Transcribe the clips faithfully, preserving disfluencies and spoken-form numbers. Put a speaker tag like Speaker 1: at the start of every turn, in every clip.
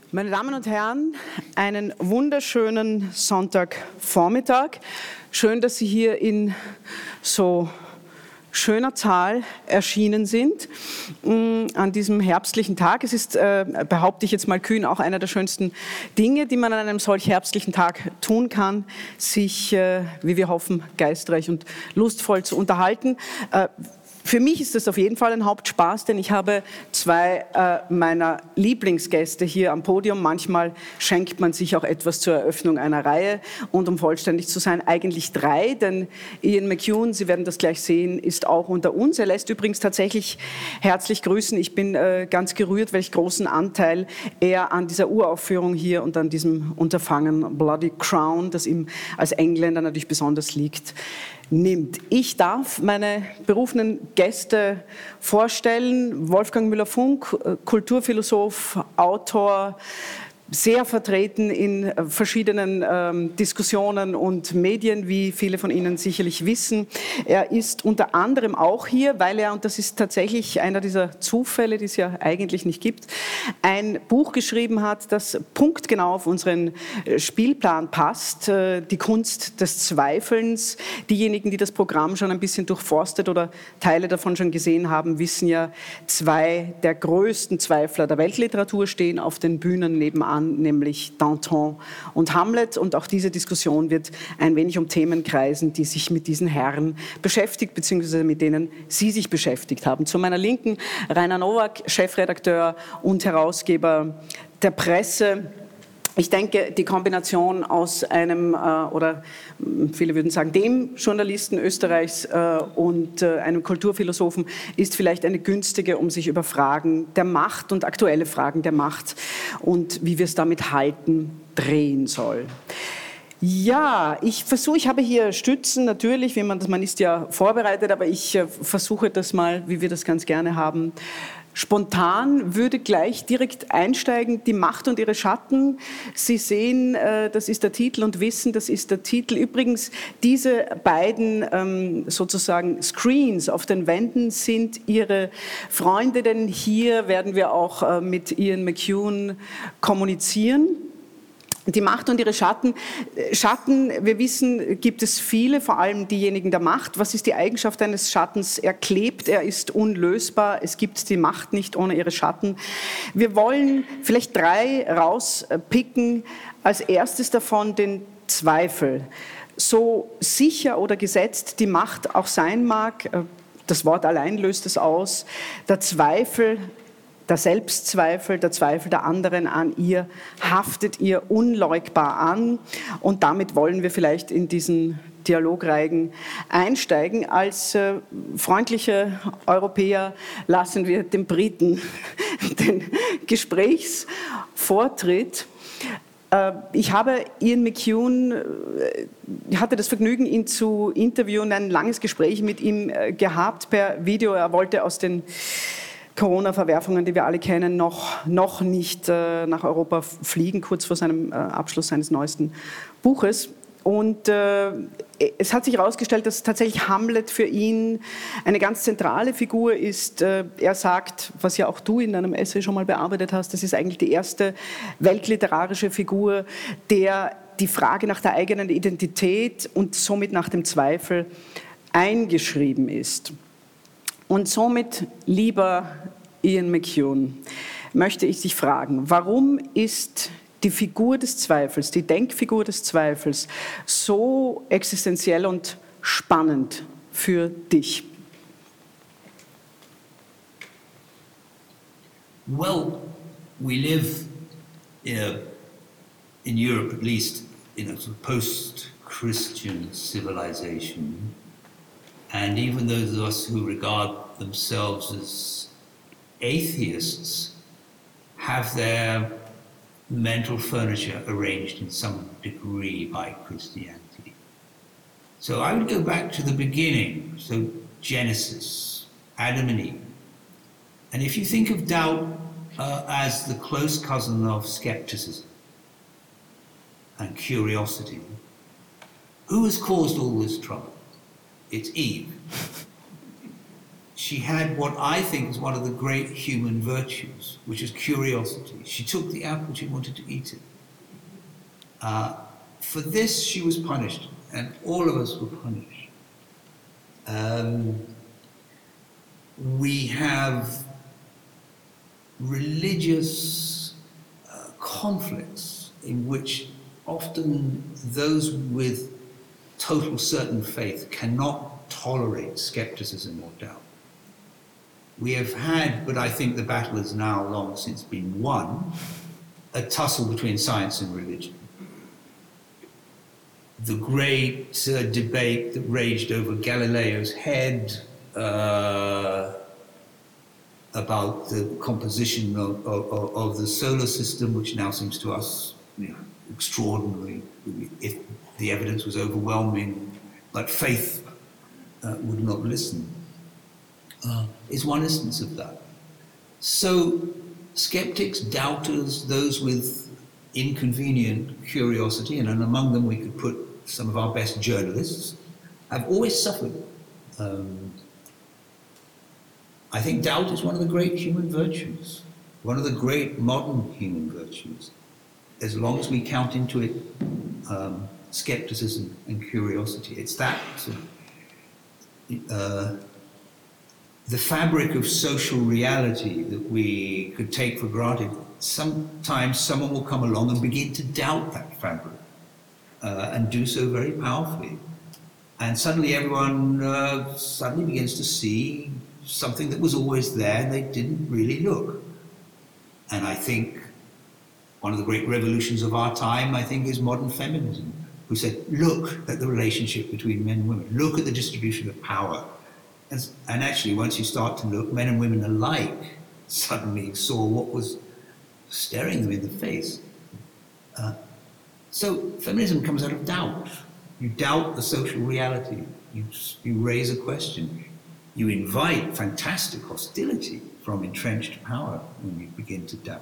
Speaker 1: Meine Damen und Herren, einen wunderschönen Sonntagvormittag. Schön, dass Sie hier in so schöner Zahl erschienen sind an diesem herbstlichen Tag. Es ist, äh, behaupte ich jetzt mal kühn, auch einer der schönsten Dinge, die man an einem solch herbstlichen Tag tun kann, sich, äh, wie wir hoffen, geistreich und lustvoll zu unterhalten. Äh, Für mich ist das auf jeden Fall ein Hauptspaß, denn ich habe zwei äh, meiner Lieblingsgäste hier am Podium. Manchmal schenkt man sich auch etwas zur Eröffnung einer Reihe und um vollständig zu sein, eigentlich drei, denn Ian McEwan, Sie werden das gleich sehen, ist auch unter uns. Er lässt übrigens tatsächlich herzlich grüßen. Ich bin äh, ganz gerührt, welch großen Anteil er an dieser Uraufführung hier und an diesem Unterfangen Bloody Crown, das ihm als Engländer natürlich besonders liegt, nimmt. Ich darf meine berufenen Gäste vorstellen. Wolfgang Müller-Funk, Kulturphilosoph, Autor, sehr vertreten in verschiedenen ähm, Diskussionen und Medien, wie viele von Ihnen sicherlich wissen. Er ist unter anderem auch hier, weil er, und das ist tatsächlich einer dieser Zufälle, die es ja eigentlich nicht gibt, ein Buch geschrieben hat, das punktgenau auf unseren Spielplan passt, äh, die Kunst des Zweifelns. Diejenigen, die das Programm schon ein bisschen durchforstet oder Teile davon schon gesehen haben, wissen ja, zwei der größten Zweifler der Weltliteratur stehen auf den Bühnen nebenan, nämlich Danton und Hamlet. Und auch diese Diskussion wird ein wenig um Themen kreisen, die sich mit diesen Herren beschäftigt, beziehungsweise mit denen Sie sich beschäftigt haben. Zu meiner Linken Rainer Nowak, Chefredakteur und Herausgeber der Presse. Ich denke, die Kombination aus einem, äh, oder viele würden sagen, dem Journalisten Österreichs äh, und äh, einem Kulturphilosophen ist vielleicht eine günstige, um sich über Fragen der Macht und aktuelle Fragen der Macht und wie wir es damit halten, drehen soll. Ja, ich versuche, ich habe hier Stützen, natürlich, wie man das, man ist ja vorbereitet, aber ich äh, versuche das mal, wie wir das ganz gerne haben, spontan, würde gleich direkt einsteigen, die Macht und ihre Schatten. Sie sehen, äh, das ist der Titel und wissen, das ist der Titel. Übrigens, diese beiden ähm, sozusagen Screens auf den Wänden sind Ihre Freunde, denn hier werden wir auch äh, mit Ian McEwan kommunizieren. Die Macht und ihre Schatten. Schatten, wir wissen, gibt es viele, vor allem diejenigen der Macht. Was ist die Eigenschaft eines Schattens? Er klebt, er ist unlösbar. Es gibt die Macht nicht ohne ihre Schatten. Wir wollen vielleicht drei rauspicken. Als erstes davon den Zweifel. So sicher oder gesetzt die Macht auch sein mag, das Wort allein löst es aus, der Zweifel, der Selbstzweifel, der Zweifel der anderen an ihr, haftet ihr unleugbar an. Und damit wollen wir vielleicht in diesen Dialogreigen einsteigen. Als äh, freundliche Europäer lassen wir den Briten den Gesprächsvortritt. Äh, ich habe Ian McEwan, äh, hatte das Vergnügen, ihn zu interviewen, ein langes Gespräch mit ihm äh, gehabt per Video. Er wollte aus den Corona-Verwerfungen, die wir alle kennen, noch, noch nicht äh, nach Europa fliegen, kurz vor seinem äh, Abschluss seines neuesten Buches. Und äh, es hat sich herausgestellt, dass tatsächlich Hamlet für ihn eine ganz zentrale Figur ist. Äh, er sagt, was ja auch du in deinem Essay schon mal bearbeitet hast, das ist eigentlich die erste weltliterarische Figur, der die Frage nach der eigenen Identität und somit nach dem Zweifel eingeschrieben ist. Und somit, lieber Ian McEwan, möchte ich dich fragen, warum ist die Figur des Zweifels, die Denkfigur des Zweifels so existenziell und spannend für dich?
Speaker 2: Well, we live in, a, in Europe at least in a sort of post-Christian civilization. And even those of us who regard themselves as atheists have their mental furniture arranged in some degree by Christianity. So I would go back to the beginning, so Genesis, Adam and Eve. And if you think of doubt uh, as the close cousin of skepticism and curiosity, who has caused all this trouble? It's Eve. she had what I think is one of the great human virtues, which is curiosity. She took the apple, she wanted to eat it. Uh, for this, she was punished, and all of us were punished. Um, we have religious uh, conflicts in which often those with total certain faith cannot tolerate skepticism or doubt. We have had, but I think the battle has now long since been won, a tussle between science and religion. The great uh, debate that raged over Galileo's head uh, about the composition of, of, of the solar system, which now seems to us, you know, extraordinary, if the evidence was overwhelming, but faith uh, would not listen, uh, is one instance of that. So skeptics, doubters, those with inconvenient curiosity, and among them we could put some of our best journalists, have always suffered. Um, I think doubt is one of the great human virtues, one of the great modern human virtues, as long as we count into it um, skepticism and curiosity. It's that uh, the fabric of social reality that we could take for granted. Sometimes someone will come along and begin to doubt that fabric, uh, and do so very powerfully. And suddenly everyone uh, suddenly begins to see something that was always there and they didn't really look. And I think one of the great revolutions of our time, I think, is modern feminism, who said, look at the relationship between men and women, look at the distribution of power. And, and actually, once you start to look, men and women alike suddenly saw what was staring them in the face. Uh, so feminism comes out of doubt. You doubt the social reality. You, you raise a question. You invite fantastic hostility from entrenched power when you begin to doubt.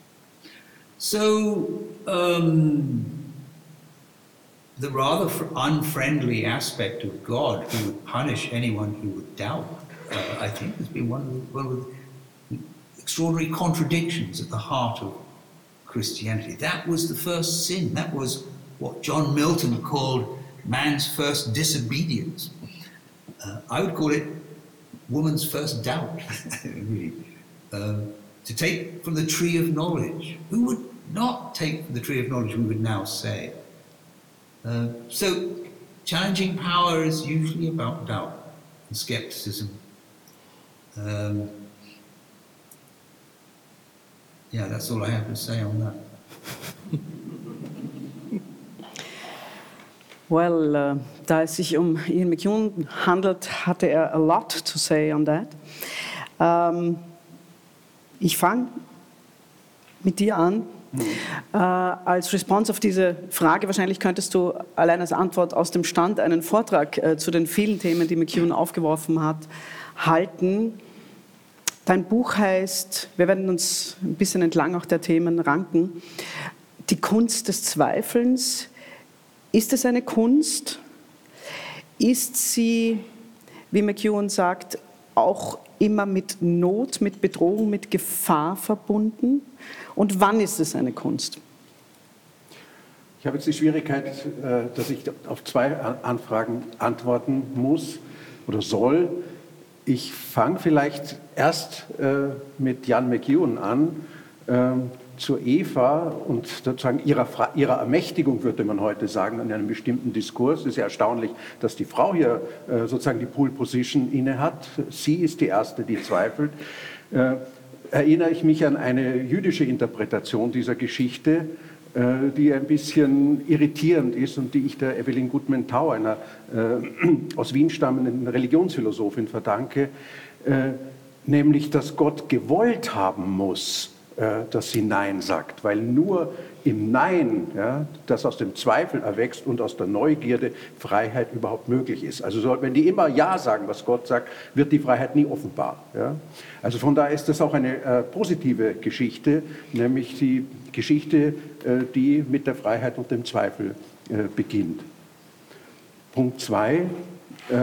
Speaker 2: So um, the rather unfriendly aspect of God who would punish anyone who would doubt, uh, I think has been one of, the, one of the extraordinary contradictions at the heart of Christianity. That was the first sin. That was what John Milton called man's first disobedience. Uh, I would call it woman's first doubt, really. Um, to take from the tree of knowledge. Who would not take from the tree of knowledge, we would now say? Uh, so, challenging power is usually about doubt and skepticism. Um, yeah, that's all I have to say on that.
Speaker 1: Well, uh, da es sich um Ian McEwan handelt, hatte er a lot to say on that. Um, ich fange mit dir an. Mhm. Äh, als Response auf diese Frage, wahrscheinlich könntest du allein als Antwort aus dem Stand einen Vortrag äh, zu den vielen Themen, die McEwan aufgeworfen hat, halten. Dein Buch heißt, wir werden uns ein bisschen entlang auch der Themen ranken, Die Kunst des Zweifelns. Ist es eine Kunst? Ist sie, wie McEwan sagt, auch immer mit Not, mit Bedrohung, mit Gefahr verbunden? Und wann ist es eine Kunst?
Speaker 3: Ich habe jetzt die Schwierigkeit, dass ich auf zwei Anfragen antworten muss oder soll. Ich fange vielleicht erst mit Jan McEwan an, zur Eva und sozusagen ihrer, ihrer Ermächtigung, würde man heute sagen, an einem bestimmten Diskurs. Es ist ja erstaunlich, dass die Frau hier äh, sozusagen die Pole Position inne hat. Sie ist die Erste, die zweifelt. Äh, erinnere ich mich an eine jüdische Interpretation dieser Geschichte, äh, die ein bisschen irritierend ist und die ich der Evelyn Goodman-Tau, einer äh, aus Wien stammenden Religionsphilosophin, verdanke, äh, nämlich, dass Gott gewollt haben muss, dass sie Nein sagt, weil nur im Nein, ja, das aus dem Zweifel erwächst und aus der Neugierde Freiheit überhaupt möglich ist. Also so, wenn die immer Ja sagen, was Gott sagt, wird die Freiheit nie offenbar. Ja. Also von daher ist das auch eine äh, positive Geschichte, nämlich die Geschichte, äh, die mit der Freiheit und dem Zweifel äh, beginnt. Punkt zwei, äh,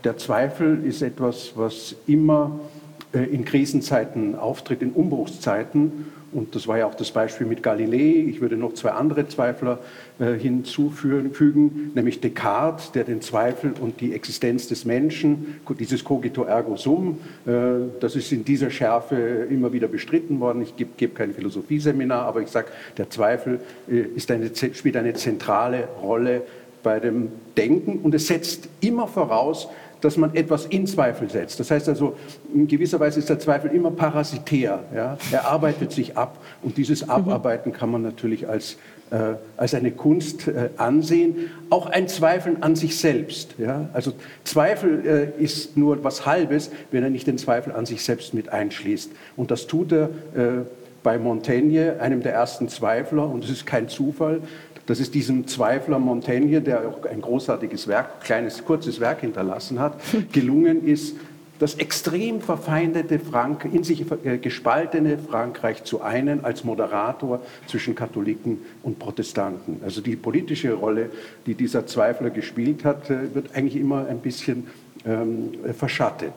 Speaker 3: der Zweifel ist etwas, was immer äh, in Krisenzeiten auftritt, in Umbruchszeiten. Und das war ja auch das Beispiel mit Galilei. Ich würde noch zwei andere Zweifler äh, hinzufügen, nämlich Descartes, der den Zweifel und die Existenz des Menschen, dieses Cogito ergo sum, äh, das ist in dieser Schärfe immer wieder bestritten worden. Ich gebe geb kein Philosophieseminar, aber ich sage, der Zweifel äh, ist eine, spielt eine zentrale Rolle bei dem Denken und es setzt immer voraus, dass man etwas in Zweifel setzt. Das heißt also, in gewisser Weise ist der Zweifel immer parasitär. Ja? Er arbeitet sich ab und dieses Abarbeiten kann man natürlich als, äh, als eine Kunst äh, ansehen. Auch ein Zweifeln an sich selbst. Ja? Also Zweifel äh, ist nur was Halbes, wenn er nicht den Zweifel an sich selbst mit einschließt. Und das tut er äh, bei Montaigne, einem der ersten Zweifler, und es ist kein Zufall. Das ist diesem Zweifler Montaigne, der auch ein großartiges Werk, kleines, kurzes Werk hinterlassen hat, gelungen ist, das extrem verfeindete, Frank in sich gespaltene Frankreich zu einen als Moderator zwischen Katholiken und Protestanten. Also die politische Rolle, die dieser Zweifler gespielt hat, wird eigentlich immer ein bisschen ähm, verschattet.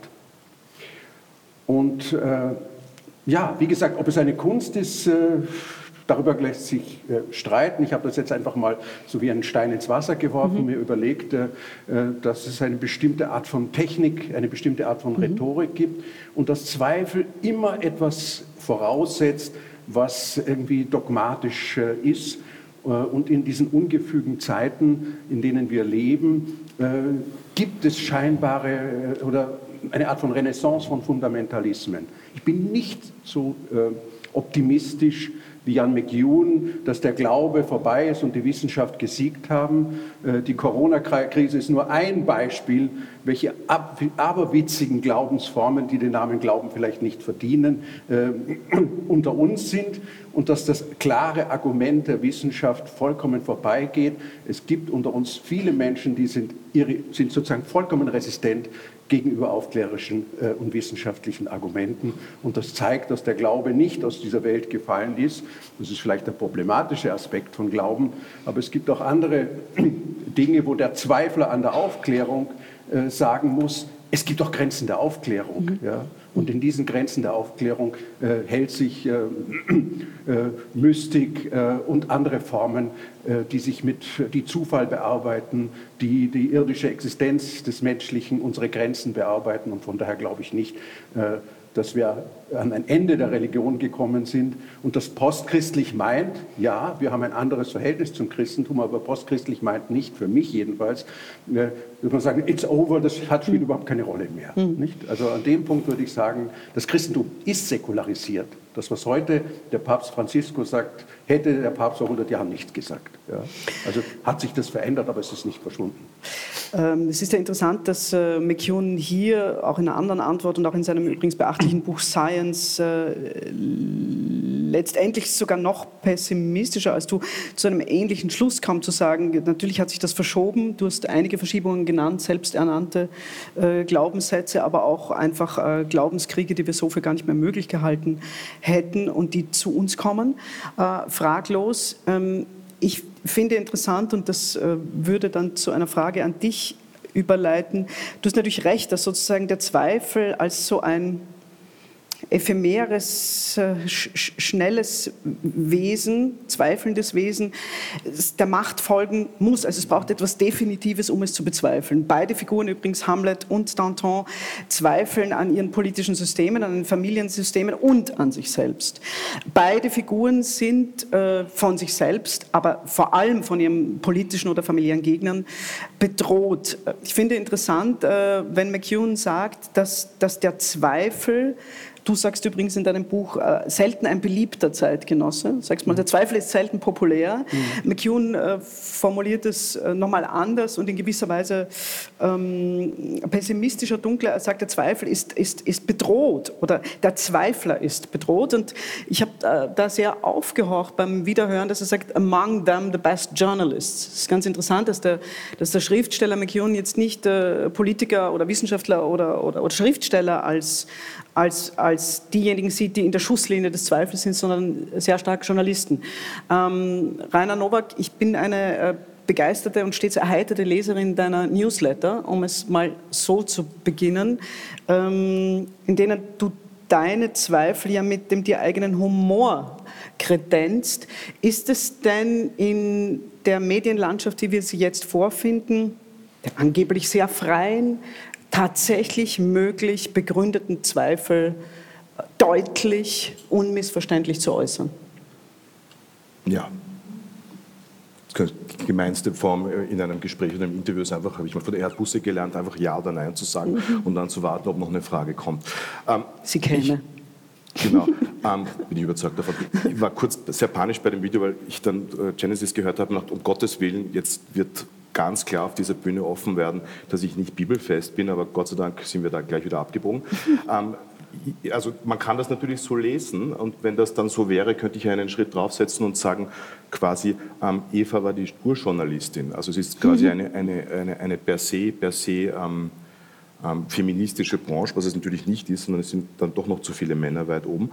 Speaker 3: Und äh, ja, wie gesagt, ob es eine Kunst ist, äh, darüber lässt sich äh, streiten. Ich habe das jetzt einfach mal so wie einen Stein ins Wasser geworfen, mhm. mir überlegt, äh, dass es eine bestimmte Art von Technik, eine bestimmte Art von mhm. Rhetorik gibt und dass Zweifel immer etwas voraussetzt, was irgendwie dogmatisch äh, ist. Äh, und in diesen ungefügen Zeiten, in denen wir leben, äh, gibt es scheinbare äh, oder eine Art von Renaissance von Fundamentalismen. Ich bin nicht so äh, optimistisch wie Jan McEwan, dass der Glaube vorbei ist und die Wissenschaft gesiegt haben. Die Corona-Krise ist nur ein Beispiel, welche aberwitzigen Glaubensformen, die den Namen Glauben vielleicht nicht verdienen, äh, unter uns sind und dass das klare Argument der Wissenschaft vollkommen vorbeigeht. Es gibt unter uns viele Menschen, die sind, sind sozusagen vollkommen resistent gegenüber aufklärerischen äh, und wissenschaftlichen Argumenten. Und das zeigt, dass der Glaube nicht aus dieser Welt gefallen ist. Das ist vielleicht der problematische Aspekt von Glauben. Aber es gibt auch andere Dinge, wo der Zweifler an der Aufklärung äh, sagen muss, es gibt auch Grenzen der Aufklärung. Mhm. Ja? Und in diesen Grenzen der Aufklärung äh, hält sich äh, äh, Mystik äh, und andere Formen, äh, die sich mit die Zufall bearbeiten, die die irdische Existenz des Menschlichen, unsere Grenzen bearbeiten. Und von daher glaube ich nicht, äh, dass wir an ein Ende der Religion gekommen sind und das postchristlich meint, ja, wir haben ein anderes Verhältnis zum Christentum, aber postchristlich meint nicht, für mich jedenfalls, äh, würde man sagen, it's over, das hat, spielt mhm. überhaupt keine Rolle mehr. Mhm. Nicht? Also an dem Punkt würde ich sagen, das Christentum ist säkularisiert. Das, was heute der Papst Franziskus sagt, hätte der Papst vor hundert Jahren nicht gesagt. Ja? Also hat sich das verändert, aber es ist nicht verschwunden.
Speaker 1: Ähm, es ist ja interessant, dass äh, McEwan hier auch in einer anderen Antwort und auch in seinem übrigens beachtlichen Buch Science äh, letztendlich sogar noch pessimistischer als du zu einem ähnlichen Schluss kam, zu sagen, natürlich hat sich das verschoben. Du hast einige Verschiebungen genannt, selbsternannte äh, Glaubenssätze, aber auch einfach äh, Glaubenskriege, die wir so für gar nicht mehr möglich gehalten hätten und die zu uns kommen, äh, fraglos. Ähm, ich finde interessant, und das äh, würde dann zu einer Frage an dich überleiten, du hast natürlich recht, dass sozusagen der Zweifel als so ein ephemeres, sch schnelles Wesen, zweifelndes Wesen, der Macht folgen muss. Also es braucht etwas Definitives, um es zu bezweifeln. Beide Figuren, übrigens Hamlet und Danton, zweifeln an ihren politischen Systemen, an den Familiensystemen und an sich selbst. Beide Figuren sind äh, von sich selbst, aber vor allem von ihren politischen oder familiären Gegnern bedroht. Ich finde interessant, äh, wenn McEwan sagt, dass, dass der Zweifel, du sagst übrigens in deinem Buch, äh, selten ein beliebter Zeitgenosse. Sagst mal, der Zweifel ist selten populär. Mhm. McEwan äh, formuliert es äh, nochmal anders und in gewisser Weise ähm, pessimistischer, dunkler. Er sagt, der Zweifel ist, ist, ist bedroht oder der Zweifler ist bedroht. Und ich habe äh, da sehr aufgehorcht beim Wiederhören, dass er sagt, among them the best journalists. Es ist ganz interessant, dass der, dass der Schriftsteller McEwan jetzt nicht äh, Politiker oder Wissenschaftler oder, oder, oder Schriftsteller als Als, als diejenigen sieht, die in der Schusslinie des Zweifels sind, sondern sehr stark Journalisten. Ähm, Rainer Nowak, ich bin eine äh, begeisterte und stets erheiterte Leserin deiner Newsletter, um es mal so zu beginnen, ähm, in denen du deine Zweifel ja mit dem dir eigenen Humor kredenzt. Ist es denn in der Medienlandschaft, wie wir sie jetzt vorfinden, der angeblich sehr freien, tatsächlich möglich begründeten Zweifel deutlich, unmissverständlich zu äußern?
Speaker 4: Ja. Die gemeinste Form in einem Gespräch oder einem Interview ist einfach, habe ich mal von Erhard Busse gelernt, einfach Ja oder Nein zu sagen mhm. und dann zu warten, ob noch eine Frage kommt.
Speaker 1: Ähm, Sie käme.
Speaker 4: Genau, ähm, bin ich überzeugt davon. Ich war kurz sehr panisch bei dem Video, weil ich dann äh, Genesis gehört habe und dachte, um Gottes Willen, jetzt wird ganz klar auf dieser Bühne offen werden, dass ich nicht bibelfest bin, aber Gott sei Dank sind wir da gleich wieder abgebogen. ähm, Also man kann das natürlich so lesen und wenn das dann so wäre, könnte ich einen Schritt draufsetzen und sagen, quasi ähm, Eva war die Urjournalistin. Also es ist quasi eine, eine, eine, eine per se, per se ähm, ähm, feministische Branche, was es natürlich nicht ist, sondern es sind dann doch noch zu viele Männer weit oben.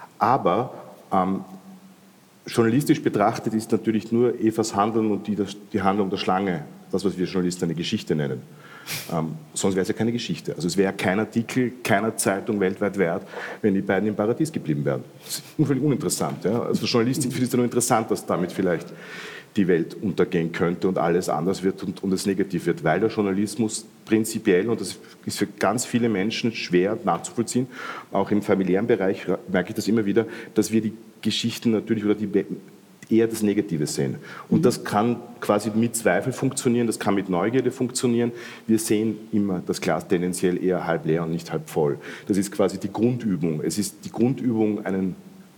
Speaker 4: Aber ähm, journalistisch betrachtet ist natürlich nur Evas Handeln und die, das, die Handlung der Schlange, das, was wir Journalisten eine Geschichte nennen. Ähm, sonst wäre es ja keine Geschichte. Also es wäre kein Artikel, keiner Zeitung weltweit wert, wenn die beiden im Paradies geblieben wären. Das ist völlig uninteressant. Ja? Also Journalistin findet es ja nur interessant, dass damit vielleicht die Welt untergehen könnte und alles anders wird und, und es negativ wird, weil der Journalismus prinzipiell, und das ist für ganz viele Menschen schwer nachzuvollziehen, auch im familiären Bereich merke ich das immer wieder, dass wir die Geschichten natürlich oder die eher das Negative sehen. Und das kann quasi mit Zweifel funktionieren, das kann mit Neugierde funktionieren. Wir sehen immer das Glas tendenziell eher halb leer und nicht halb voll. Das ist quasi die Grundübung. Es ist die Grundübung, einen,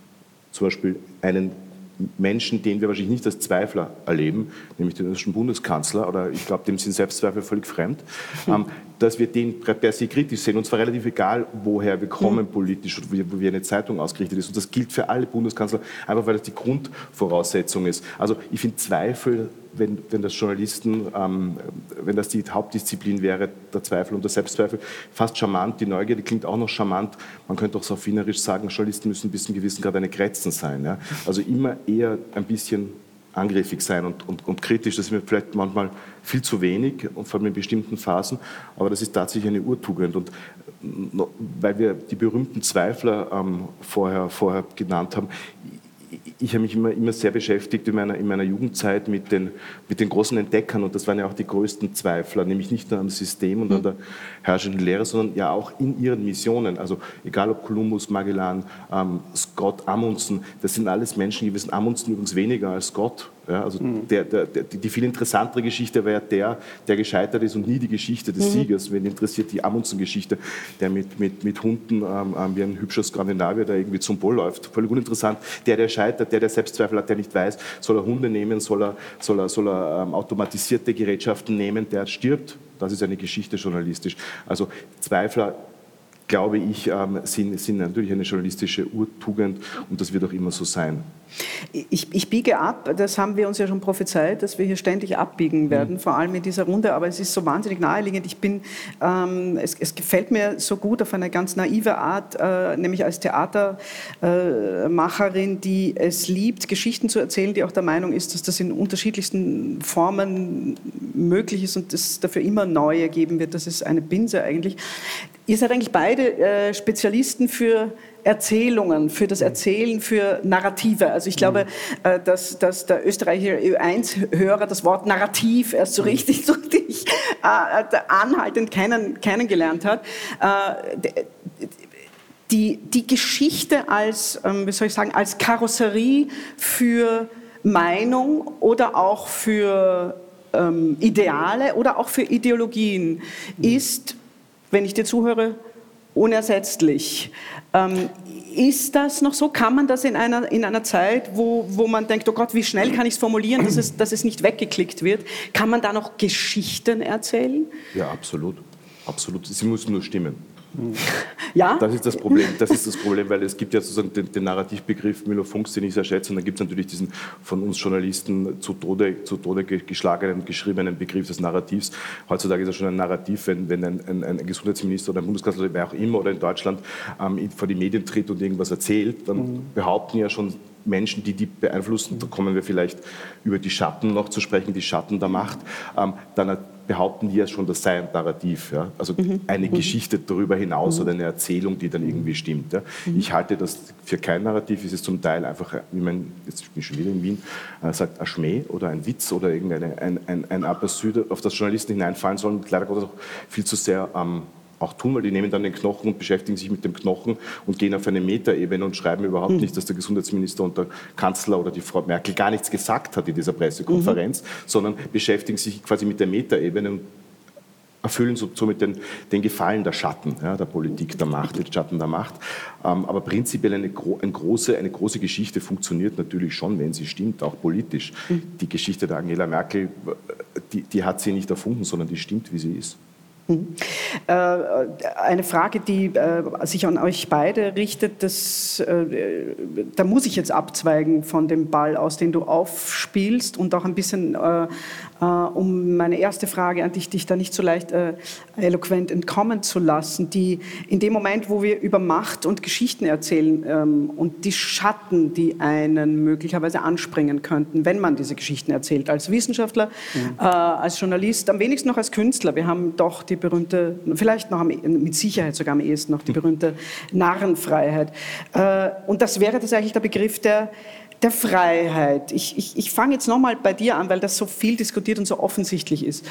Speaker 4: zum Beispiel einen Menschen, den wir wahrscheinlich nicht als Zweifler erleben, nämlich den österreichischen Bundeskanzler, oder ich glaube, dem sind Selbstzweifel völlig fremd, ähm, dass wir den per se kritisch sehen. Und zwar relativ egal, woher wir kommen politisch oder wo wie eine Zeitung ausgerichtet ist. Und das gilt für alle Bundeskanzler, einfach weil das die Grundvoraussetzung ist. Also ich finde Zweifel, wenn, wenn das Journalisten, ähm, wenn das die Hauptdisziplin wäre, der Zweifel und der Selbstzweifel, fast charmant. Die Neugierde klingt auch noch charmant. Man könnte auch so auf Wienerisch sagen, Journalisten müssen bis zum gewissen Grad eine Grätzen sein. Ja? Also immer eher ein bisschen angriffig sein und, und, und kritisch. Das ist mir vielleicht manchmal viel zu wenig, und vor allem in bestimmten Phasen. Aber das ist tatsächlich eine Urtugend. Und weil wir die berühmten Zweifler ähm, vorher, vorher genannt haben, ich habe mich immer, immer sehr beschäftigt in meiner, in meiner Jugendzeit mit den, mit den großen Entdeckern, und das waren ja auch die größten Zweifler, nämlich nicht nur am System und an der herrschenden Lehre, sondern ja auch in ihren Missionen. Also egal ob Kolumbus, Magellan, ähm, Scott, Amundsen, das sind alles Menschen gewesen. Amundsen übrigens weniger als Scott. Ja, also mhm. der, der, der, die viel interessantere Geschichte war ja der, der gescheitert ist und nie die Geschichte des mhm. Siegers. Wen interessiert die Amundsen-Geschichte, der mit, mit, mit Hunden ähm, wie ein hübscher Skandinavier, der irgendwie zum Bull läuft. Völlig uninteressant. Der, der scheitert, der, der Selbstzweifel hat, der nicht weiß, soll er Hunde nehmen, soll er, soll er, soll er ähm, automatisierte Gerätschaften nehmen, der stirbt. Das ist eine Geschichte journalistisch. Also Zweifler, glaube ich, ähm, sind, sind natürlich eine journalistische Urtugend, und das wird auch immer so sein.
Speaker 1: Ich, ich biege ab, das haben wir uns ja schon prophezeit, dass wir hier ständig abbiegen werden, mhm. vor allem in dieser Runde, aber es ist so wahnsinnig naheliegend. Ich bin, ähm, es, es gefällt mir so gut auf eine ganz naive Art, äh, nämlich als Theatermacherin, äh, die es liebt, Geschichten zu erzählen, die auch der Meinung ist, dass das in unterschiedlichsten Formen möglich ist und es dafür immer neue geben wird. Das ist eine Binse eigentlich. Ihr seid eigentlich beide äh, Spezialisten für Erzählungen, für das Erzählen, für Narrative. Also ich glaube, äh, dass, dass der Österreicher Ö eins Hörer das Wort Narrativ erst so richtig, so richtig äh, anhaltend kennen, kennengelernt hat. Äh, die, die Geschichte als, ähm, wie soll ich sagen, als Karosserie für Meinung oder auch für ähm, Ideale oder auch für Ideologien ist, wenn ich dir zuhöre, unersetzlich. Ähm, ist das noch so? Kann man das in einer, in einer Zeit, wo, wo man denkt, oh Gott, wie schnell kann ich es formulieren, dass es, dass es nicht weggeklickt wird, kann man da noch Geschichten erzählen?
Speaker 4: Ja, absolut. Absolut. Sie müssen nur stimmen.
Speaker 1: Ja?
Speaker 4: Das ist das Problem, das ist das Problem, weil es gibt ja sozusagen den, den Narrativbegriff Müller-Funks, den ich sehr schätze, und dann gibt es natürlich diesen von uns Journalisten zu Tode, zu Tode geschlagenen, geschriebenen Begriff des Narrativs. Heutzutage ist es schon ein Narrativ, wenn, wenn ein, ein, ein Gesundheitsminister oder ein Bundeskanzler oder wer auch immer oder in Deutschland ähm, vor die Medien tritt und irgendwas erzählt, dann mhm. behaupten ja schon Menschen, die die beeinflussen, da kommen wir vielleicht über die Schatten noch zu sprechen, die Schatten der Macht, ähm, dann behaupten die ja schon, das sei ein Narrativ, ja? Also mhm. eine mhm. Geschichte darüber hinaus mhm. oder eine Erzählung, die dann irgendwie stimmt. Ja? Mhm. Ich halte das für kein Narrativ, es ist zum Teil einfach, wie man, jetzt bin ich schon wieder in Wien, äh, sagt, ein Schmäh oder ein Witz oder irgendeine, ein, ein, ein Aperçu, auf das Journalisten hineinfallen sollen, leider Gottes auch viel zu sehr ähm, auch tun, weil die nehmen dann den Knochen und beschäftigen sich mit dem Knochen und gehen auf eine Metaebene und schreiben überhaupt mhm. nicht, dass der Gesundheitsminister und der Kanzler oder die Frau Merkel gar nichts gesagt hat in dieser Pressekonferenz, mhm. sondern beschäftigen sich quasi mit der Metaebene und erfüllen somit den, den Gefallen der Schatten, ja, der Politik, der Macht, der Schatten der Macht. Ähm, aber prinzipiell eine, eine, große, eine große Geschichte funktioniert natürlich schon, wenn sie stimmt, auch politisch. Mhm. Die Geschichte der Angela Merkel, die, die hat sie nicht erfunden, sondern die stimmt, wie sie ist.
Speaker 1: Eine Frage, die sich an euch beide richtet, das, da muss ich jetzt abzweigen von dem Ball aus, den du aufspielst und auch ein bisschen, um meine erste Frage an dich, dich da nicht so leicht eloquent entkommen zu lassen, die in dem Moment, wo wir über Macht und Geschichten erzählen und die Schatten, die einen möglicherweise anspringen könnten, wenn man diese Geschichten erzählt, als Wissenschaftler, mhm. als Journalist, am wenigsten noch als Künstler. Wir haben doch die berühmte, vielleicht noch am, mit Sicherheit sogar am ehesten noch die berühmte Narrenfreiheit. Und das wäre tatsächlich der Begriff der, der Freiheit. Ich, ich, ich fange jetzt nochmal bei dir an, weil das so viel diskutiert und so offensichtlich ist.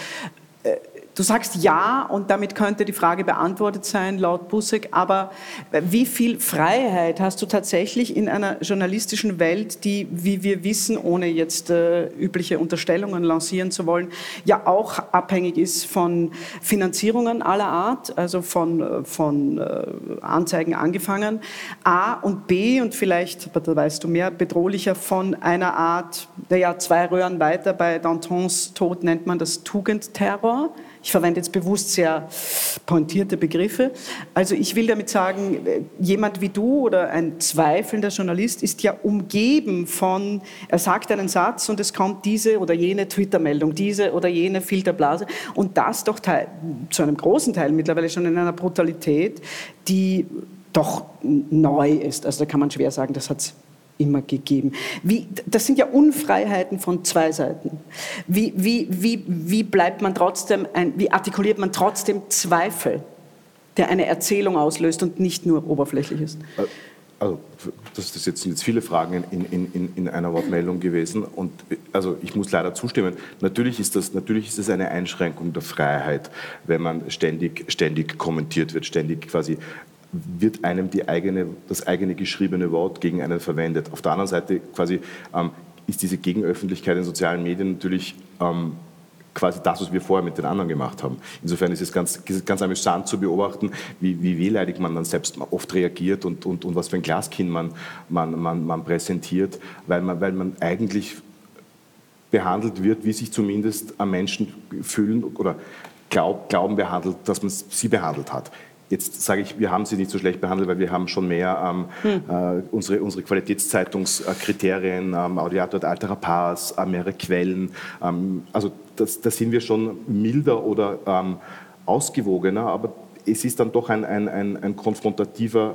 Speaker 1: Du sagst ja und damit könnte die Frage beantwortet sein, laut Buseck, aber wie viel Freiheit hast du tatsächlich in einer journalistischen Welt, die, wie wir wissen, ohne jetzt äh, übliche Unterstellungen lancieren zu wollen, ja auch abhängig ist von Finanzierungen aller Art, also von, von äh, Anzeigen angefangen, A und B und vielleicht, aber da weißt du mehr, bedrohlicher von einer Art, naja, zwei Röhren weiter, bei Dantons Tod nennt man das Tugendterror. Ich verwende jetzt bewusst sehr pointierte Begriffe. Also ich will damit sagen, jemand wie du oder ein zweifelnder Journalist ist ja umgeben von, er sagt einen Satz und es kommt diese oder jene Twitter-Meldung, diese oder jene Filterblase und das doch teil, zu einem großen Teil mittlerweile schon in einer Brutalität, die doch neu ist. Also da kann man schwer sagen, das hat es immer gegeben. Wie, das sind ja Unfreiheiten von zwei Seiten. Wie, wie, wie, wie bleibt man trotzdem, ein, wie artikuliert man trotzdem Zweifel, der eine Erzählung auslöst und nicht nur oberflächlich ist?
Speaker 4: Also das, das jetzt sind jetzt viele Fragen in, in, in, in einer Wortmeldung gewesen und also ich muss leider zustimmen. Natürlich ist das, natürlich ist das eine Einschränkung der Freiheit, wenn man ständig, ständig kommentiert wird, ständig quasi wird einem die eigene, das eigene geschriebene Wort gegen einen verwendet. Auf der anderen Seite quasi ähm, ist diese Gegenöffentlichkeit in sozialen Medien natürlich ähm, quasi das, was wir vorher mit den anderen gemacht haben. Insofern ist es ganz, ganz amüsant zu beobachten, wie, wie wehleidig man dann selbst oft reagiert und, und, und was für ein Glaskind man, man, man, man präsentiert, weil man, weil man eigentlich behandelt wird, wie sich zumindest am Menschen fühlen oder glaub, glauben behandelt, dass man sie behandelt hat. Jetzt sage ich, wir haben sie nicht so schlecht behandelt, weil wir haben schon mehr ähm, hm. äh, unsere, unsere Qualitätszeitungskriterien, ähm, Audiatur ad altera pars, äh, mehrere Quellen. Ähm, also das, da sind wir schon milder oder ähm, ausgewogener, aber es ist dann doch ein, ein, ein, ein konfrontativer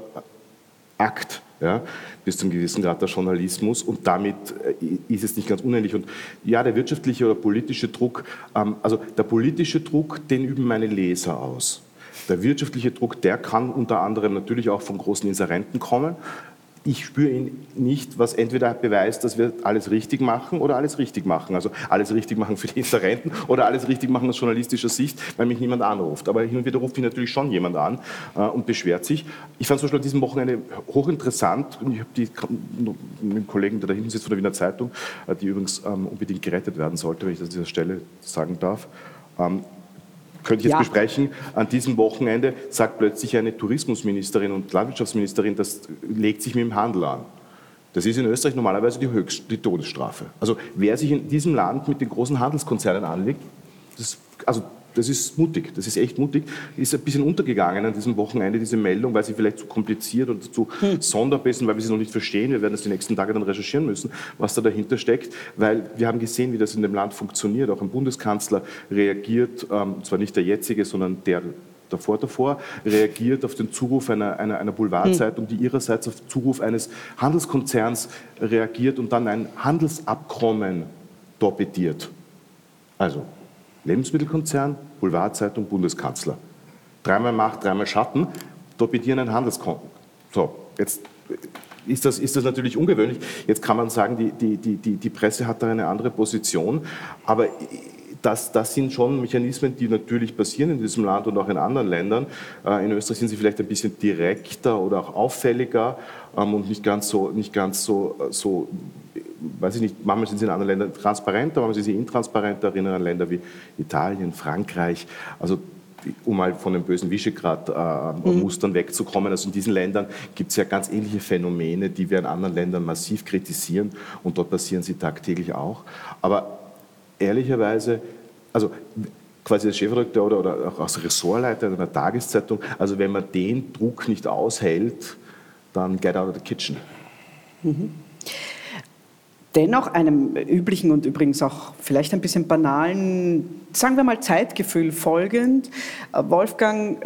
Speaker 4: Akt, ja, bis zu einem gewissen Grad der Journalismus und damit äh, ist es nicht ganz unähnlich. Und ja, der wirtschaftliche oder politische Druck, ähm, also der politische Druck, den üben meine Leser aus. Der wirtschaftliche Druck, der kann unter anderem natürlich auch von großen Inserenten kommen. Ich spüre ihn nicht, was entweder beweist, dass wir alles richtig machen oder alles richtig machen. Also alles richtig machen für die Inserenten oder alles richtig machen aus journalistischer Sicht, weil mich niemand anruft. Aber hin und wieder ruft mich natürlich schon jemand an äh, und beschwert sich. Ich fand zum Beispiel an diesem Wochenende hochinteressant, und ich habe die mit dem Kollegen, der da hinten sitzt von der Wiener Zeitung, äh, die übrigens ähm, unbedingt gerettet werden sollte, wenn ich das an dieser Stelle sagen darf, ähm, könnte ich jetzt ja. besprechen. An diesem Wochenende sagt plötzlich eine Tourismusministerin und Landwirtschaftsministerin, das legt sich mit dem Handel an. Das ist in Österreich normalerweise die höchste, die Todesstrafe. Also wer sich in diesem Land mit den großen Handelskonzernen anlegt, das, also das ist mutig, das ist echt mutig. Ist ein bisschen untergegangen an diesem Wochenende, diese Meldung, weil sie vielleicht zu kompliziert oder zu hm. sonderbar, weil wir sie noch nicht verstehen. Wir werden das die nächsten Tage dann recherchieren müssen, was da dahinter steckt, weil wir haben gesehen, wie das in dem Land funktioniert. Auch ein Bundeskanzler reagiert, ähm, zwar nicht der jetzige, sondern der davor, davor, reagiert auf den Zuruf einer, einer, einer Boulevardzeitung, die ihrerseits auf den Zuruf eines Handelskonzerns reagiert und dann ein Handelsabkommen torpediert. Also Lebensmittelkonzern, Boulevardzeitung, Bundeskanzler. Dreimal Macht, dreimal Schatten, torpedieren ein Handelskonzern. So, jetzt ist das, ist das natürlich ungewöhnlich. Jetzt kann man sagen, die, die, die, die Presse hat da eine andere Position, aber Das, das sind schon Mechanismen, die natürlich passieren in diesem Land und auch in anderen Ländern. In Österreich sind sie vielleicht ein bisschen direkter oder auch auffälliger und nicht ganz so, nicht ganz so, so weiß ich nicht, manchmal sind sie in anderen Ländern transparenter, manchmal sind sie intransparenter, erinnern an Länder wie Italien, Frankreich, also um mal von den bösen Visegrad-Mustern äh, mhm. wegzukommen. Also in diesen Ländern gibt es ja ganz ähnliche Phänomene, die wir in anderen Ländern massiv kritisieren und dort passieren sie tagtäglich auch. Aber ehrlicherweise, also quasi als Chefredakteur oder, oder auch als Ressortleiter einer Tageszeitung, also wenn man den Druck nicht aushält, dann get out of the kitchen.
Speaker 1: Mhm. Dennoch einem üblichen und übrigens auch vielleicht ein bisschen banalen, sagen wir mal Zeitgefühl folgend, Wolfgang,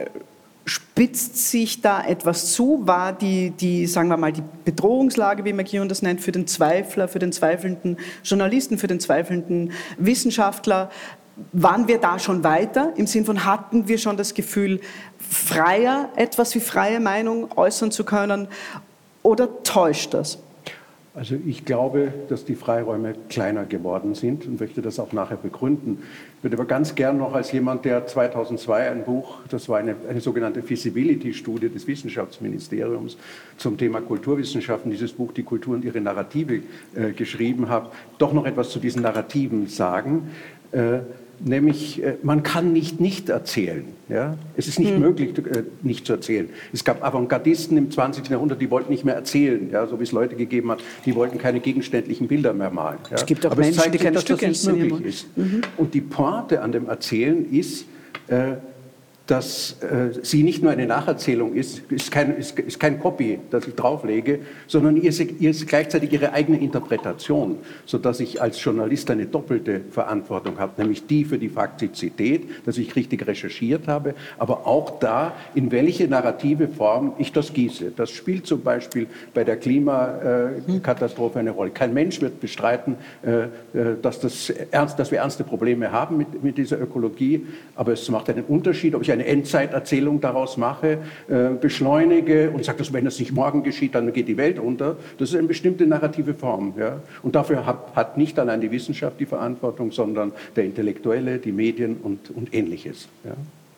Speaker 1: spitzt sich da etwas zu? War die, die, sagen wir mal, die Bedrohungslage, wie McKeown das nennt, für den Zweifler, für den zweifelnden Journalisten, für den zweifelnden Wissenschaftler, waren wir da schon weiter? Im Sinn von, hatten wir schon das Gefühl, freier, etwas wie freie Meinung äußern zu können? Oder täuscht das?
Speaker 3: Also ich glaube, dass die Freiräume kleiner geworden sind und möchte das auch nachher begründen. Ich würde aber ganz gern noch als jemand, der zweitausendzwei ein Buch, das war eine, eine sogenannte Feasibility-Studie des Wissenschaftsministeriums zum Thema Kulturwissenschaften, dieses Buch Die Kultur und ihre Narrative äh, geschrieben habe, doch noch etwas zu diesen Narrativen sagen. Äh, Nämlich, man kann nicht nicht erzählen. Ja? Es ist nicht hm. möglich, nicht zu erzählen. Es gab Avantgardisten im zwanzigsten Jahrhundert, die wollten nicht mehr erzählen, ja? So wie es Leute gegeben hat, die wollten keine gegenständlichen Bilder mehr malen. Ja?
Speaker 1: Es gibt auch
Speaker 3: Aber
Speaker 1: Menschen,
Speaker 3: es zeigt
Speaker 1: die
Speaker 3: sich,
Speaker 1: keine
Speaker 3: dass
Speaker 1: Stücke
Speaker 3: das nicht möglich ist. Mhm. Und die Pointe an dem Erzählen ist, äh, dass äh, sie nicht nur eine Nacherzählung ist, ist kein, ist, ist kein Copy, das ich drauflege, sondern ihr ist, ihr ist gleichzeitig ihre eigene Interpretation, sodass ich als Journalist eine doppelte Verantwortung habe, nämlich die für die Faktizität, dass ich richtig recherchiert habe, aber auch da, in welche narrative Form ich das gieße. Das spielt zum Beispiel bei der Klimakatastrophe eine Rolle. Kein Mensch wird bestreiten, äh, dass, das ernst, dass wir ernste Probleme haben mit, mit dieser Ökologie, aber es macht einen Unterschied, ob ich eine Endzeiterzählung daraus mache, äh, beschleunige und sage, dass wenn das nicht morgen geschieht, dann geht die Welt unter. Das ist eine bestimmte narrative Form. Ja? Und dafür hat, hat nicht allein die Wissenschaft die Verantwortung, sondern der Intellektuelle, die Medien und, und Ähnliches. Ja?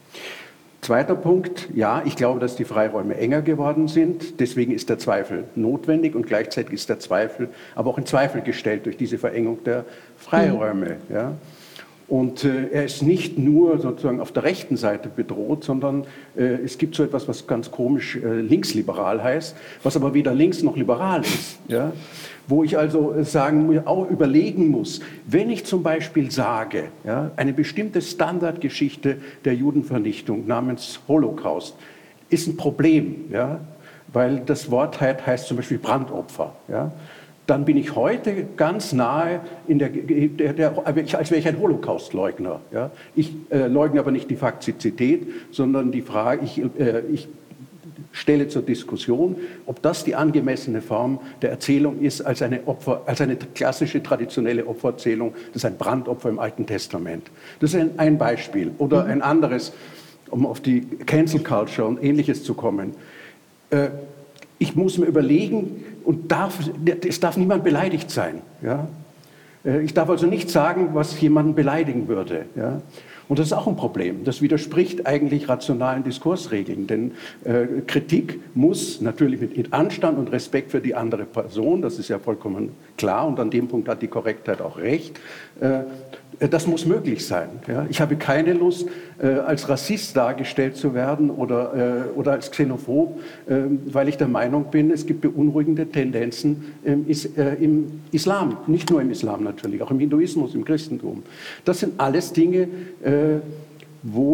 Speaker 3: Zweiter Punkt, ja, ich glaube, dass die Freiräume enger geworden sind. Deswegen ist der Zweifel notwendig und gleichzeitig ist der Zweifel aber auch in Zweifel gestellt durch diese Verengung der Freiräume. Mhm. Ja? Und äh, er ist nicht nur sozusagen auf der rechten Seite bedroht, sondern äh, es gibt so etwas, was ganz komisch äh, linksliberal heißt, was aber weder links noch liberal ist. Ja? Wo ich also sagen, mir auch überlegen muss, wenn ich zum Beispiel sage, ja, eine bestimmte Standardgeschichte der Judenvernichtung namens Holocaust ist ein Problem, ja? Weil das Wort heißt zum Beispiel Brandopfer. Ja? Dann bin ich heute ganz nahe, in der, der, der, als wäre ich ein Holocaust-Leugner. Ja? Ich äh, leugne aber nicht die Faktizität, sondern die Frage, ich, äh, ich stelle zur Diskussion, ob das die angemessene Form der Erzählung ist als eine, Opfer, als eine klassische, traditionelle Opfererzählung. Das ist ein Brandopfer im Alten Testament. Das ist ein, ein Beispiel. Oder ein anderes, um auf die Cancel Culture und Ähnliches zu kommen. Äh, ich muss mir überlegen, und darf, es darf niemand beleidigt sein. Ja? Ich darf also nicht sagen, was jemanden beleidigen würde. Ja? Und das ist auch ein Problem. Das widerspricht eigentlich rationalen Diskursregeln. Denn äh, Kritik muss natürlich mit, mit Anstand und Respekt für die andere Person, das ist ja vollkommen klar, und an dem Punkt hat die Korrektheit auch recht, äh, das muss möglich sein. Ja? Ich habe keine Lust, äh, als Rassist dargestellt zu werden oder, äh, oder als Xenophob, äh, weil ich der Meinung bin, es gibt beunruhigende Tendenzen im, Is äh, im Islam. Nicht nur im Islam natürlich, auch im Hinduismus, im Christentum. Das sind alles Dinge, äh, wo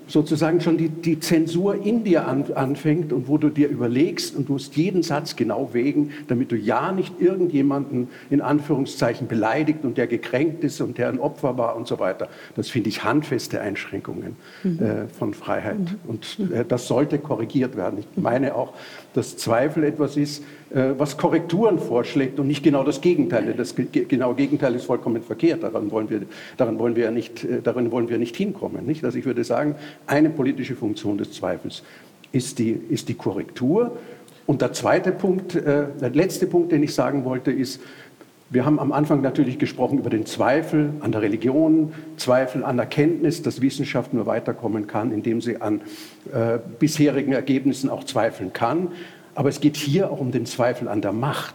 Speaker 3: sozusagen schon die, die Zensur in dir an, anfängt und wo du dir überlegst und du musst jeden Satz genau wägen, damit du ja nicht irgendjemanden in Anführungszeichen beleidigt und der gekränkt ist und der ein Opfer war und so weiter. Das finde ich handfeste Einschränkungen mhm. äh, von Freiheit. Mhm. Und äh, das sollte korrigiert werden. Ich meine auch, dass Zweifel etwas ist, äh, was Korrekturen vorschlägt und nicht genau das Gegenteil. Das ge- genaue Gegenteil ist vollkommen verkehrt. Daran wollen wir, daran wollen wir ja nicht, äh, darin wollen wir nicht hinkommen. Nicht? Also ich würde sagen, eine politische Funktion des Zweifels ist die, ist die Korrektur. Und der zweite Punkt, äh, der letzte Punkt, den ich sagen wollte, ist, wir haben am Anfang natürlich gesprochen über den Zweifel an der Religion, Zweifel an der Kenntnis, dass Wissenschaft nur weiterkommen kann, indem sie an äh, bisherigen Ergebnissen auch zweifeln kann. Aber es geht hier auch um den Zweifel an der Macht.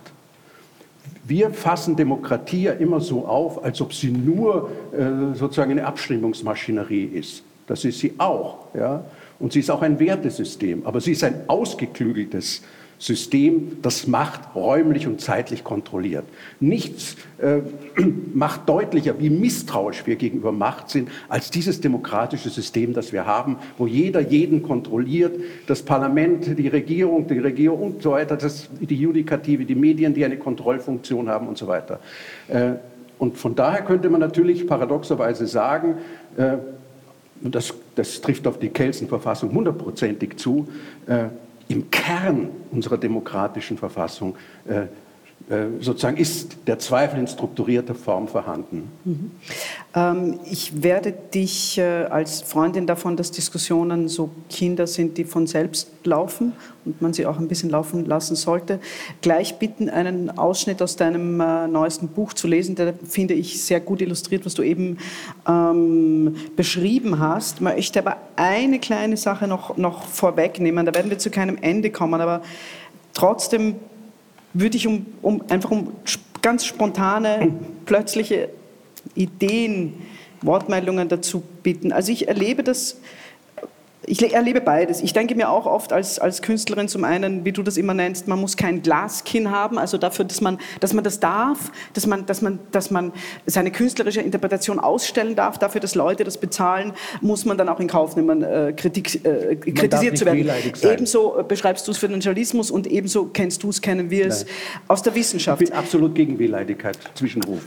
Speaker 3: Wir fassen Demokratie ja immer so auf, als ob sie nur äh, sozusagen eine Abstimmungsmaschinerie ist. Das ist sie auch. Ja? Und sie ist auch ein Wertesystem. Aber sie ist ein ausgeklügeltes System, das Macht räumlich und zeitlich kontrolliert. Nichts äh, macht deutlicher, wie misstrauisch wir gegenüber Macht sind, als dieses demokratische System, das wir haben, wo jeder jeden kontrolliert, das Parlament, die Regierung, die Regierung und so weiter, das, die Judikative, die Medien, die eine Kontrollfunktion haben und so weiter. Äh, und von daher könnte man natürlich paradoxerweise sagen, äh, und das, das trifft auf die Kelsen-Verfassung hundertprozentig zu, äh, im Kern unserer demokratischen Verfassung äh, äh, sozusagen ist der Zweifel in strukturierter Form vorhanden.
Speaker 1: Mhm. Ähm, ich werde dich äh, als Freundin davon, dass Diskussionen so Kinder sind, die von selbst laufen und man sie auch ein bisschen laufen lassen sollte, gleich bitten, einen Ausschnitt aus deinem äh, neuesten Buch zu lesen, der, finde ich, sehr gut illustriert, was du eben ähm, beschrieben hast. Ich möchte aber eine kleine Sache noch, noch vorwegnehmen, da werden wir zu keinem Ende kommen, aber trotzdem würde ich um, um, einfach um ganz spontane, plötzliche Ideen, Wortmeldungen dazu bitten. Also ich erlebe das, ich erlebe beides. Ich denke mir auch oft als, als Künstlerin zum einen, wie du das immer nennst, man muss kein Glaskinn haben, also dafür, dass man, dass man das darf, dass man, dass, man, dass man seine künstlerische Interpretation ausstellen darf, dafür, dass Leute das bezahlen, muss man dann auch in Kauf nehmen, äh, Kritik, äh, kritisiert zu werden. Ebenso äh, beschreibst du es für den Journalismus und ebenso kennst du es, kennen wir es Nein. aus der Wissenschaft.
Speaker 3: Ich bin absolut gegen Wehleidigkeit, Zwischenruf.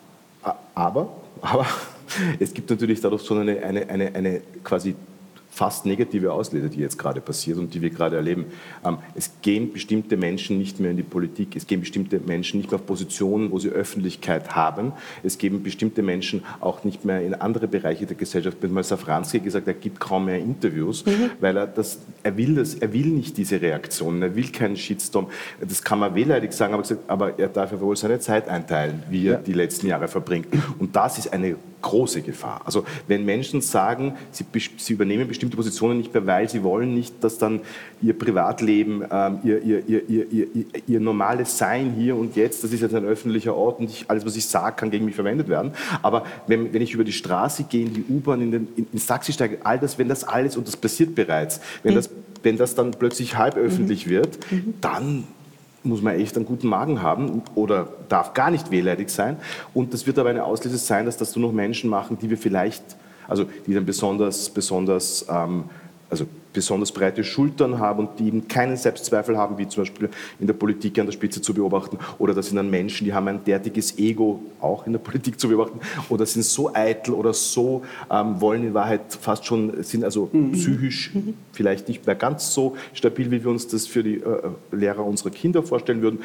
Speaker 4: Aber, aber es gibt natürlich dadurch schon eine, eine, eine, eine quasi fast negative Auslese, die jetzt gerade passiert und die wir gerade erleben. Es gehen bestimmte Menschen nicht mehr in die Politik, es gehen bestimmte Menschen nicht mehr auf Positionen, wo sie Öffentlichkeit haben, es gehen bestimmte Menschen auch nicht mehr in andere Bereiche der Gesellschaft. Mal Safranski gesagt, er gibt kaum mehr Interviews, mhm. weil er das, er will das, er will nicht diese Reaktionen, er will keinen Shitstorm. Das kann man wehleidig sagen, aber, gesagt, aber er darf ja wohl seine Zeit einteilen, wie er ja. die letzten Jahre verbringt. Und das ist eine große Gefahr. Also wenn Menschen sagen, sie, sie übernehmen bestimmte Positionen nicht mehr, weil sie wollen nicht, dass dann ihr Privatleben, ähm, ihr, ihr, ihr, ihr, ihr, ihr normales Sein hier und jetzt, das ist jetzt ein öffentlicher Ort und ich, alles, was ich sage, kann gegen mich verwendet werden. Aber wenn, wenn ich über die Straße gehe, in die U-Bahn, in den, in, ins Taxi steige, all das, wenn das alles, und das passiert bereits, wenn, mhm. das, wenn das dann plötzlich halb öffentlich mhm. wird, mhm. dann muss man echt einen guten Magen haben oder darf gar nicht wehleidig sein. Und das wird aber eine Auslese sein, dass das nur noch Menschen machen, die wir vielleicht, also die dann besonders, besonders, ähm, also besonders breite Schultern haben und die eben keinen Selbstzweifel haben, wie zum Beispiel in der Politik an der Spitze zu beobachten. Oder das sind dann Menschen, die haben ein derartiges Ego, auch in der Politik zu beobachten. Oder sind so eitel oder so, ähm, wollen in Wahrheit fast schon, sind also mhm. psychisch mhm. vielleicht nicht mehr ganz so stabil, wie wir uns das für die äh, Lehrer unserer Kinder vorstellen würden.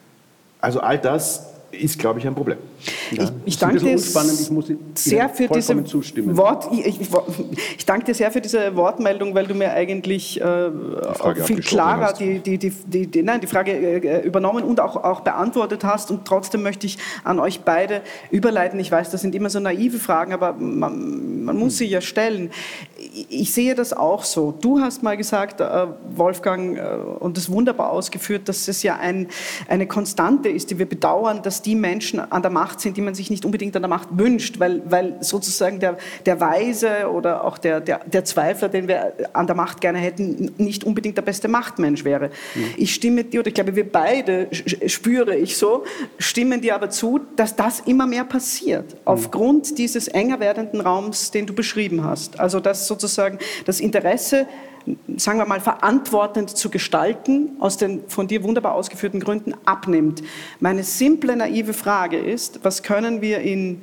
Speaker 4: Also all das ist, glaube ich, ein Problem.
Speaker 1: Ja, ich, ich danke dir
Speaker 3: ich muss
Speaker 1: sehr für diese
Speaker 3: zustimmen.
Speaker 1: Wort. Ich, ich, ich danke dir sehr für diese Wortmeldung, weil du mir eigentlich äh, viel klarer die, die, die, die, die, nein, die Frage äh, übernommen und auch, auch beantwortet hast. Und trotzdem möchte ich an euch beide überleiten. Ich weiß, das sind immer so naive Fragen, aber man, man muss sie ja stellen. Ich sehe das auch so. Du hast mal gesagt, äh, Wolfgang, äh, und das wunderbar ausgeführt, dass es ja ein, eine Konstante ist, die wir bedauern, dass die Menschen an der Macht sind, die man sich nicht unbedingt an der Macht wünscht, weil, weil sozusagen der, der Weise oder auch der, der, der Zweifler, den wir an der Macht gerne hätten, nicht unbedingt der beste Machtmensch wäre. Mhm. Ich stimme dir, oder ich glaube, wir beide, spüre ich so, stimmen dir aber zu, dass das immer mehr passiert, mhm. aufgrund dieses enger werdenden Raums, den du beschrieben hast. Also dass sozusagen sozusagen das Interesse, sagen wir mal, verantwortend zu gestalten, aus den von dir wunderbar ausgeführten Gründen abnimmt. Meine simple, naive Frage ist, was können wir in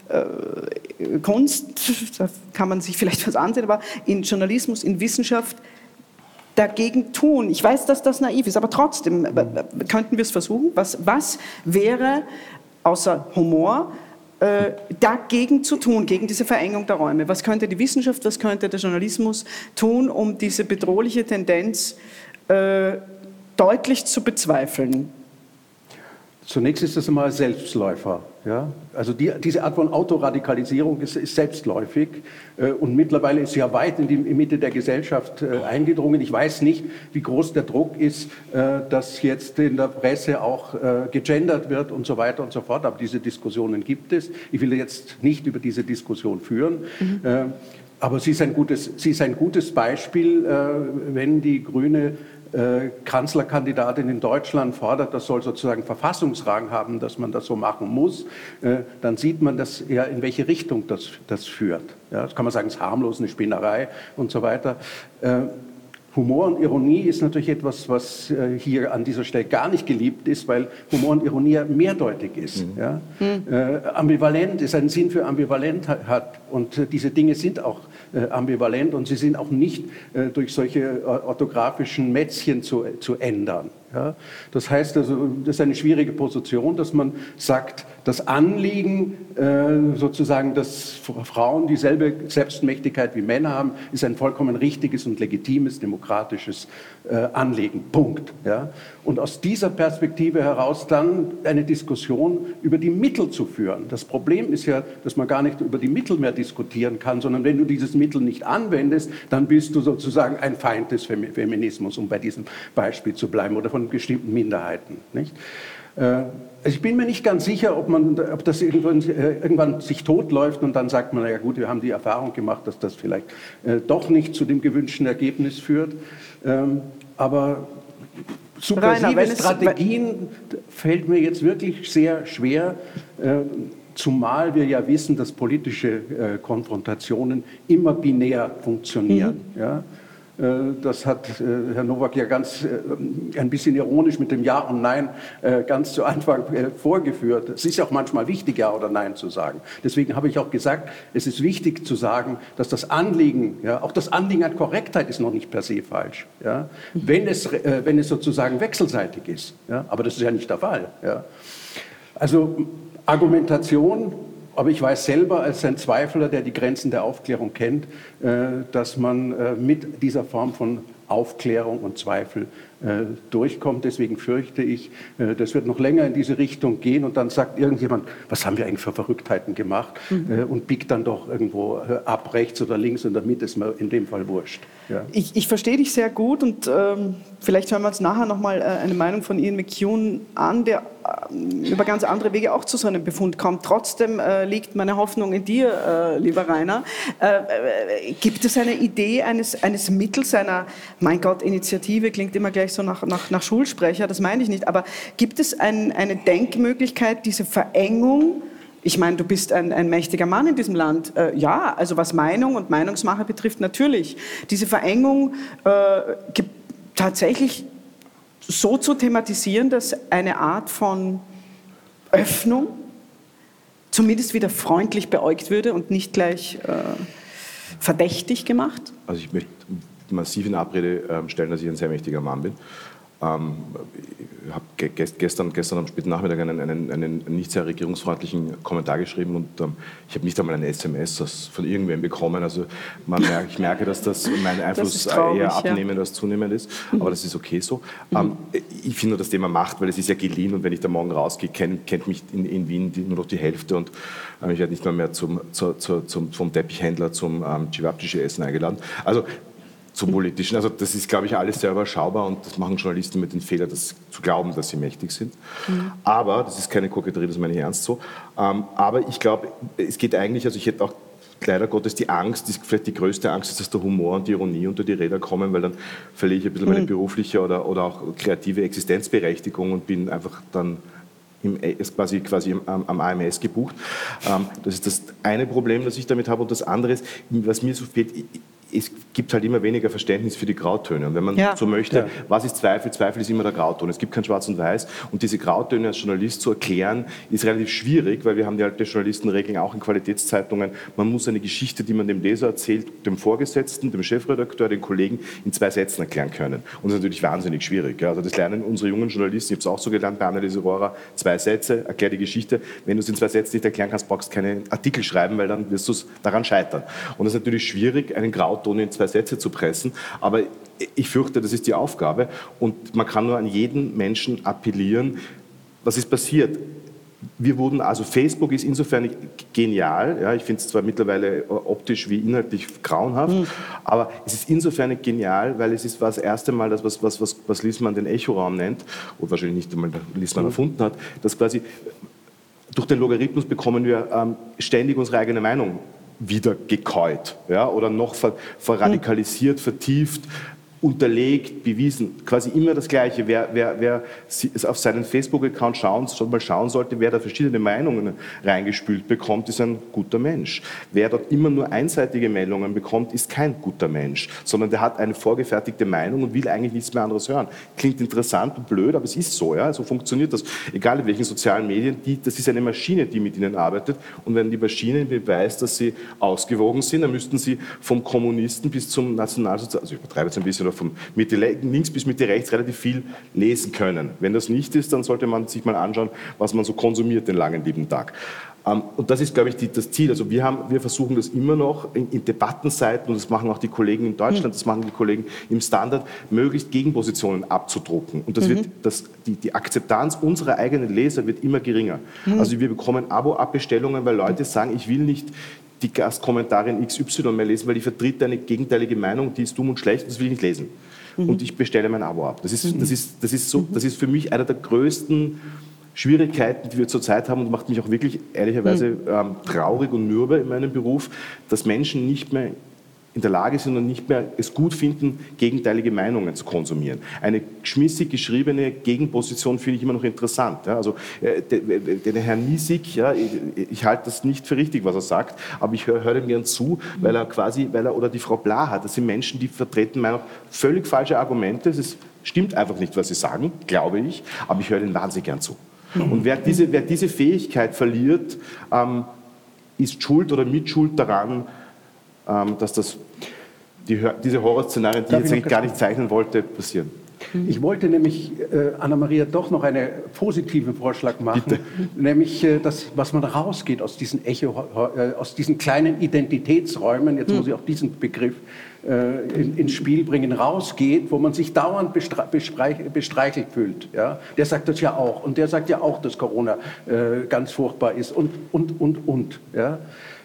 Speaker 1: äh, Kunst, da kann man sich vielleicht was ansehen, aber in Journalismus, in Wissenschaft dagegen tun? Ich weiß, dass das naiv ist, aber trotzdem, könnten wir es versuchen? Was, was wäre außer Humor äh, dagegen zu tun, gegen diese Verengung der Räume? Was könnte die Wissenschaft, was könnte der Journalismus tun, um diese bedrohliche Tendenz äh, deutlich zu bezweifeln?
Speaker 3: Zunächst ist das immer Selbstläufer. Ja? Also die, diese Art von Autoradikalisierung ist, ist selbstläufig äh, und mittlerweile ist sie ja weit in die in Mitte der Gesellschaft äh, eingedrungen. Ich weiß nicht, wie groß der Druck ist, äh, dass jetzt in der Presse auch äh, gegendert wird und so weiter und so fort. Aber diese Diskussionen gibt es. Ich will jetzt nicht über diese Diskussion führen. Mhm. Äh, aber sie ist ein gutes, sie ist ein gutes Beispiel, äh, wenn die Grüne Äh, Kanzlerkandidatin in Deutschland fordert, das soll sozusagen Verfassungsrang haben, dass man das so machen muss, äh, dann sieht man, dass ja, in welche Richtung das, das führt. Ja, das kann man sagen, es ist harmlos, eine Spinnerei und so weiter. Äh, Humor und Ironie ist natürlich etwas, was äh, hier an dieser Stelle gar nicht geliebt ist, weil Humor und Ironie mehrdeutig ist. Mhm. Ja? Mhm. Äh, ambivalent ist, einen Sinn für ambivalent hat. Und äh, diese Dinge sind auch äh, ambivalent und sie sind auch nicht äh, durch solche äh, orthografischen Mätzchen zu, zu ändern. Ja? Das heißt also, das ist eine schwierige Position, dass man sagt, das Anliegen äh, sozusagen, dass Frauen dieselbe Selbstmächtigkeit wie Männer haben, ist ein vollkommen richtiges und legitimes demokratisches äh, Anliegen. Punkt. Ja? Und aus dieser Perspektive heraus dann eine Diskussion über die Mittel zu führen. Das Problem ist ja, dass man gar nicht über die Mittel mehr diskutieren kann, sondern wenn du dieses Mittel nicht anwendest, dann bist du sozusagen ein Feind des Feminismus, um bei diesem Beispiel zu bleiben, oder von bestimmten Minderheiten. Nicht? Also ich bin mir nicht ganz sicher, ob, man, ob das irgendwann, äh, irgendwann sich totläuft und dann sagt man, na ja gut, wir haben die Erfahrung gemacht, dass das vielleicht äh, doch nicht zu dem gewünschten Ergebnis führt. Ähm, aber subversive Rainer, Strategien fällt mir jetzt wirklich sehr schwer, äh, zumal wir ja wissen, dass politische äh, Konfrontationen immer binär funktionieren. Mhm. Ja? Das hat Herr Nowak ja ganz ein bisschen ironisch mit dem Ja und Nein ganz zu Anfang vorgeführt. Es ist ja auch manchmal wichtig, Ja oder Nein zu sagen. Deswegen habe ich auch gesagt, es ist wichtig zu sagen, dass das Anliegen, ja, auch das Anliegen an Korrektheit ist noch nicht per se falsch, ja, wenn es, wenn es sozusagen wechselseitig ist. Ja, aber das ist ja nicht der Fall. Ja. Also Argumentation. Aber ich weiß selber als ein Zweifler, der die Grenzen der Aufklärung kennt, dass man mit dieser Form von Aufklärung und Zweifel durchkommt. Deswegen fürchte ich, das wird noch länger in diese Richtung gehen und dann sagt irgendjemand, was haben wir eigentlich für Verrücktheiten gemacht, mhm. und biegt dann doch irgendwo ab, rechts oder links, und damit ist mir in dem Fall wurscht. Ja. Ich,
Speaker 1: ich verstehe dich sehr gut und ähm, vielleicht hören wir uns nachher nochmal äh, eine Meinung von Ian McEwan an, der äh, über ganz andere Wege auch zu so einem Befund kommt. Trotzdem äh, liegt meine Hoffnung in dir, äh, lieber Rainer. Äh, äh, gibt es eine Idee eines, eines Mittels, einer, mein Gott, Initiative, klingt immer gleich so nach, nach, nach Schulsprecher, das meine ich nicht, aber gibt es ein, eine Denkmöglichkeit, diese Verengung? Ich meine, du bist ein, ein mächtiger Mann in diesem Land. Äh, ja, also was Meinung und Meinungsmache betrifft, natürlich. Diese Verengung äh, tatsächlich so zu thematisieren, dass eine Art von Öffnung zumindest wieder freundlich beäugt würde und nicht gleich äh, verdächtig gemacht?
Speaker 4: Also ich möchte massiv in Abrede äh, stellen, dass ich ein sehr mächtiger Mann bin. Ähm, ich habe ge gestern, gestern am späten Nachmittag einen, einen, einen nicht sehr regierungsfreundlichen Kommentar geschrieben und ähm, ich habe nicht einmal eine S M S von irgendwem bekommen. Also man merkt, ich merke, dass das mein Einfluss das traurig, eher abnehmend ja. als zunehmend ist, aber das ist okay so. Mhm. Ähm, ich finde nur das Thema Macht, weil es ist ja geliehen und wenn ich da morgen rausgehe, kennt, kennt mich in, in Wien die, nur noch die Hälfte und äh, ich werde nicht mehr, mehr zum, zu, zu, zum, vom Teppichhändler zum ähm, Cevapcici Essen eingeladen. Also zum Politischen. Also das ist, glaube ich, alles sehr überschaubar und das machen Journalisten mit dem Fehler, das zu glauben, dass sie mächtig sind. Mhm. Aber, das ist keine Koketterie, das meine ich ernst so, ähm, aber ich glaube, es geht eigentlich, also ich hätte auch leider Gottes die Angst, die, vielleicht die größte Angst ist, dass der Humor und die Ironie unter die Räder kommen, weil dann verliere ich ein bisschen mhm. meine berufliche oder, oder auch kreative Existenzberechtigung und bin einfach dann Im, ist quasi, quasi am, am A M S gebucht. Ähm, das ist das eine Problem, das ich damit habe und das andere ist, was mir so fehlt, es gibt halt immer weniger Verständnis für die Grautöne. Und wenn man
Speaker 1: ja.
Speaker 4: so möchte,
Speaker 3: ja.
Speaker 4: was ist Zweifel? Zweifel ist immer der Grauton. Es gibt kein Schwarz und Weiß. Und diese Grautöne als Journalist zu erklären, ist relativ schwierig, weil wir haben die alte Journalistenregeln auch in Qualitätszeitungen. Man muss eine Geschichte, die man dem Leser erzählt, dem Vorgesetzten, dem Chefredakteur, den Kollegen in zwei Sätzen erklären können. Und das ist natürlich wahnsinnig schwierig. Also das lernen unsere jungen Journalisten, ich habe es auch so gelernt bei Anneliese Rohrer, zwei Sätze, erklär die Geschichte. Wenn du es in zwei Sätzen nicht erklären kannst, brauchst du keine Artikel schreiben, weil dann wirst du es daran scheitern. Und es ist natürlich schwierig, einen Grauton in zwei Sätze zu pressen, aber ich fürchte, das ist die Aufgabe und man kann nur an jeden Menschen appellieren. Was ist passiert? Wir wurden, also Facebook ist insofern genial, ja, ich finde es zwar mittlerweile optisch wie inhaltlich grauenhaft, mhm. aber es ist insofern genial, weil es ist, war das erste Mal, das, was, was, was, was Liesmann den Echoraum nennt, oder wahrscheinlich nicht einmal Liesmann mhm. erfunden hat, dass quasi durch den Logarithmus bekommen wir ähm, ständig unsere eigene Meinung wieder gekäut, ja, oder noch ver, verradikalisiert, vertieft, unterlegt, bewiesen, quasi immer das Gleiche. Wer, wer, wer auf seinen Facebook-Account schauen, mal schauen sollte, wer da verschiedene Meinungen reingespült bekommt, ist ein guter Mensch. Wer dort immer nur einseitige Meldungen bekommt, ist kein guter Mensch, sondern der hat eine vorgefertigte Meinung und will eigentlich nichts mehr anderes hören. Klingt interessant und blöd, aber es ist so, ja, so funktioniert das. Egal in welchen sozialen Medien, die, das ist eine Maschine, die mit ihnen arbeitet und wenn die Maschine beweist, dass sie ausgewogen sind, dann müssten sie vom Kommunisten bis zum Nationalsozialisten, also ich übertreibe jetzt ein bisschen, von Mitte links bis Mitte rechts relativ viel lesen können. Wenn das nicht ist, dann sollte man sich mal anschauen, was man so konsumiert den langen lieben Tag. Und das ist, glaube ich, die, das Ziel. Also wir, haben, wir versuchen das immer noch in, in Debattenseiten, und das machen auch die Kollegen in Deutschland, das machen die Kollegen im Standard, möglichst Gegenpositionen abzudrucken. Und das mhm. wird, das, die, die Akzeptanz unserer eigenen Leser wird immer geringer. Mhm. Also wir bekommen Abo-Abbestellungen, weil Leute sagen, ich will nicht die Gastkommentare in X Y mehr lesen, weil die vertritt eine gegenteilige Meinung, die ist dumm und schlecht, das will ich nicht lesen. Mhm. Und ich bestelle mein Abo ab. Das ist, mhm. das ist, das ist, so, das ist für mich einer der größten Schwierigkeiten, die wir zurzeit haben, und macht mich auch wirklich ehrlicherweise mhm. ähm, traurig und mürbe in meinem Beruf, dass Menschen nicht mehr in der Lage sind und nicht mehr es gut finden, gegenteilige Meinungen zu konsumieren. Eine schmissig geschriebene Gegenposition finde ich immer noch interessant. Ja, also äh, den, den Herrn Niesig, ja, ich, ich halte das nicht für richtig, was er sagt, aber ich höre hör ihm gern zu, weil er quasi, weil er, oder die Frau Blaha, das sind Menschen, die vertreten meiner völlig falsche Argumente. Es stimmt einfach nicht, was sie sagen, glaube ich, aber ich höre ihnen wahnsinnig gern zu. Und wer diese, wer diese Fähigkeit verliert, ähm, ist schuld oder mitschuld daran, ähm, dass das, die, diese Horrorszenarien, die ich jetzt eigentlich gar nicht zeichnen wollte, passieren.
Speaker 3: Ich wollte nämlich, äh, Anna-Maria, doch noch einen positiven Vorschlag machen, Bitte. nämlich, äh, dass, was man rausgeht aus diesen Echo, äh, aus diesen kleinen Identitätsräumen, jetzt hm. muss ich auch diesen Begriff äh, in, ins Spiel bringen, rausgeht, wo man sich dauernd bestreichelt fühlt. Ja? Der sagt das ja auch und der sagt ja auch, dass Corona äh, ganz furchtbar ist und, und, und, und. Ja?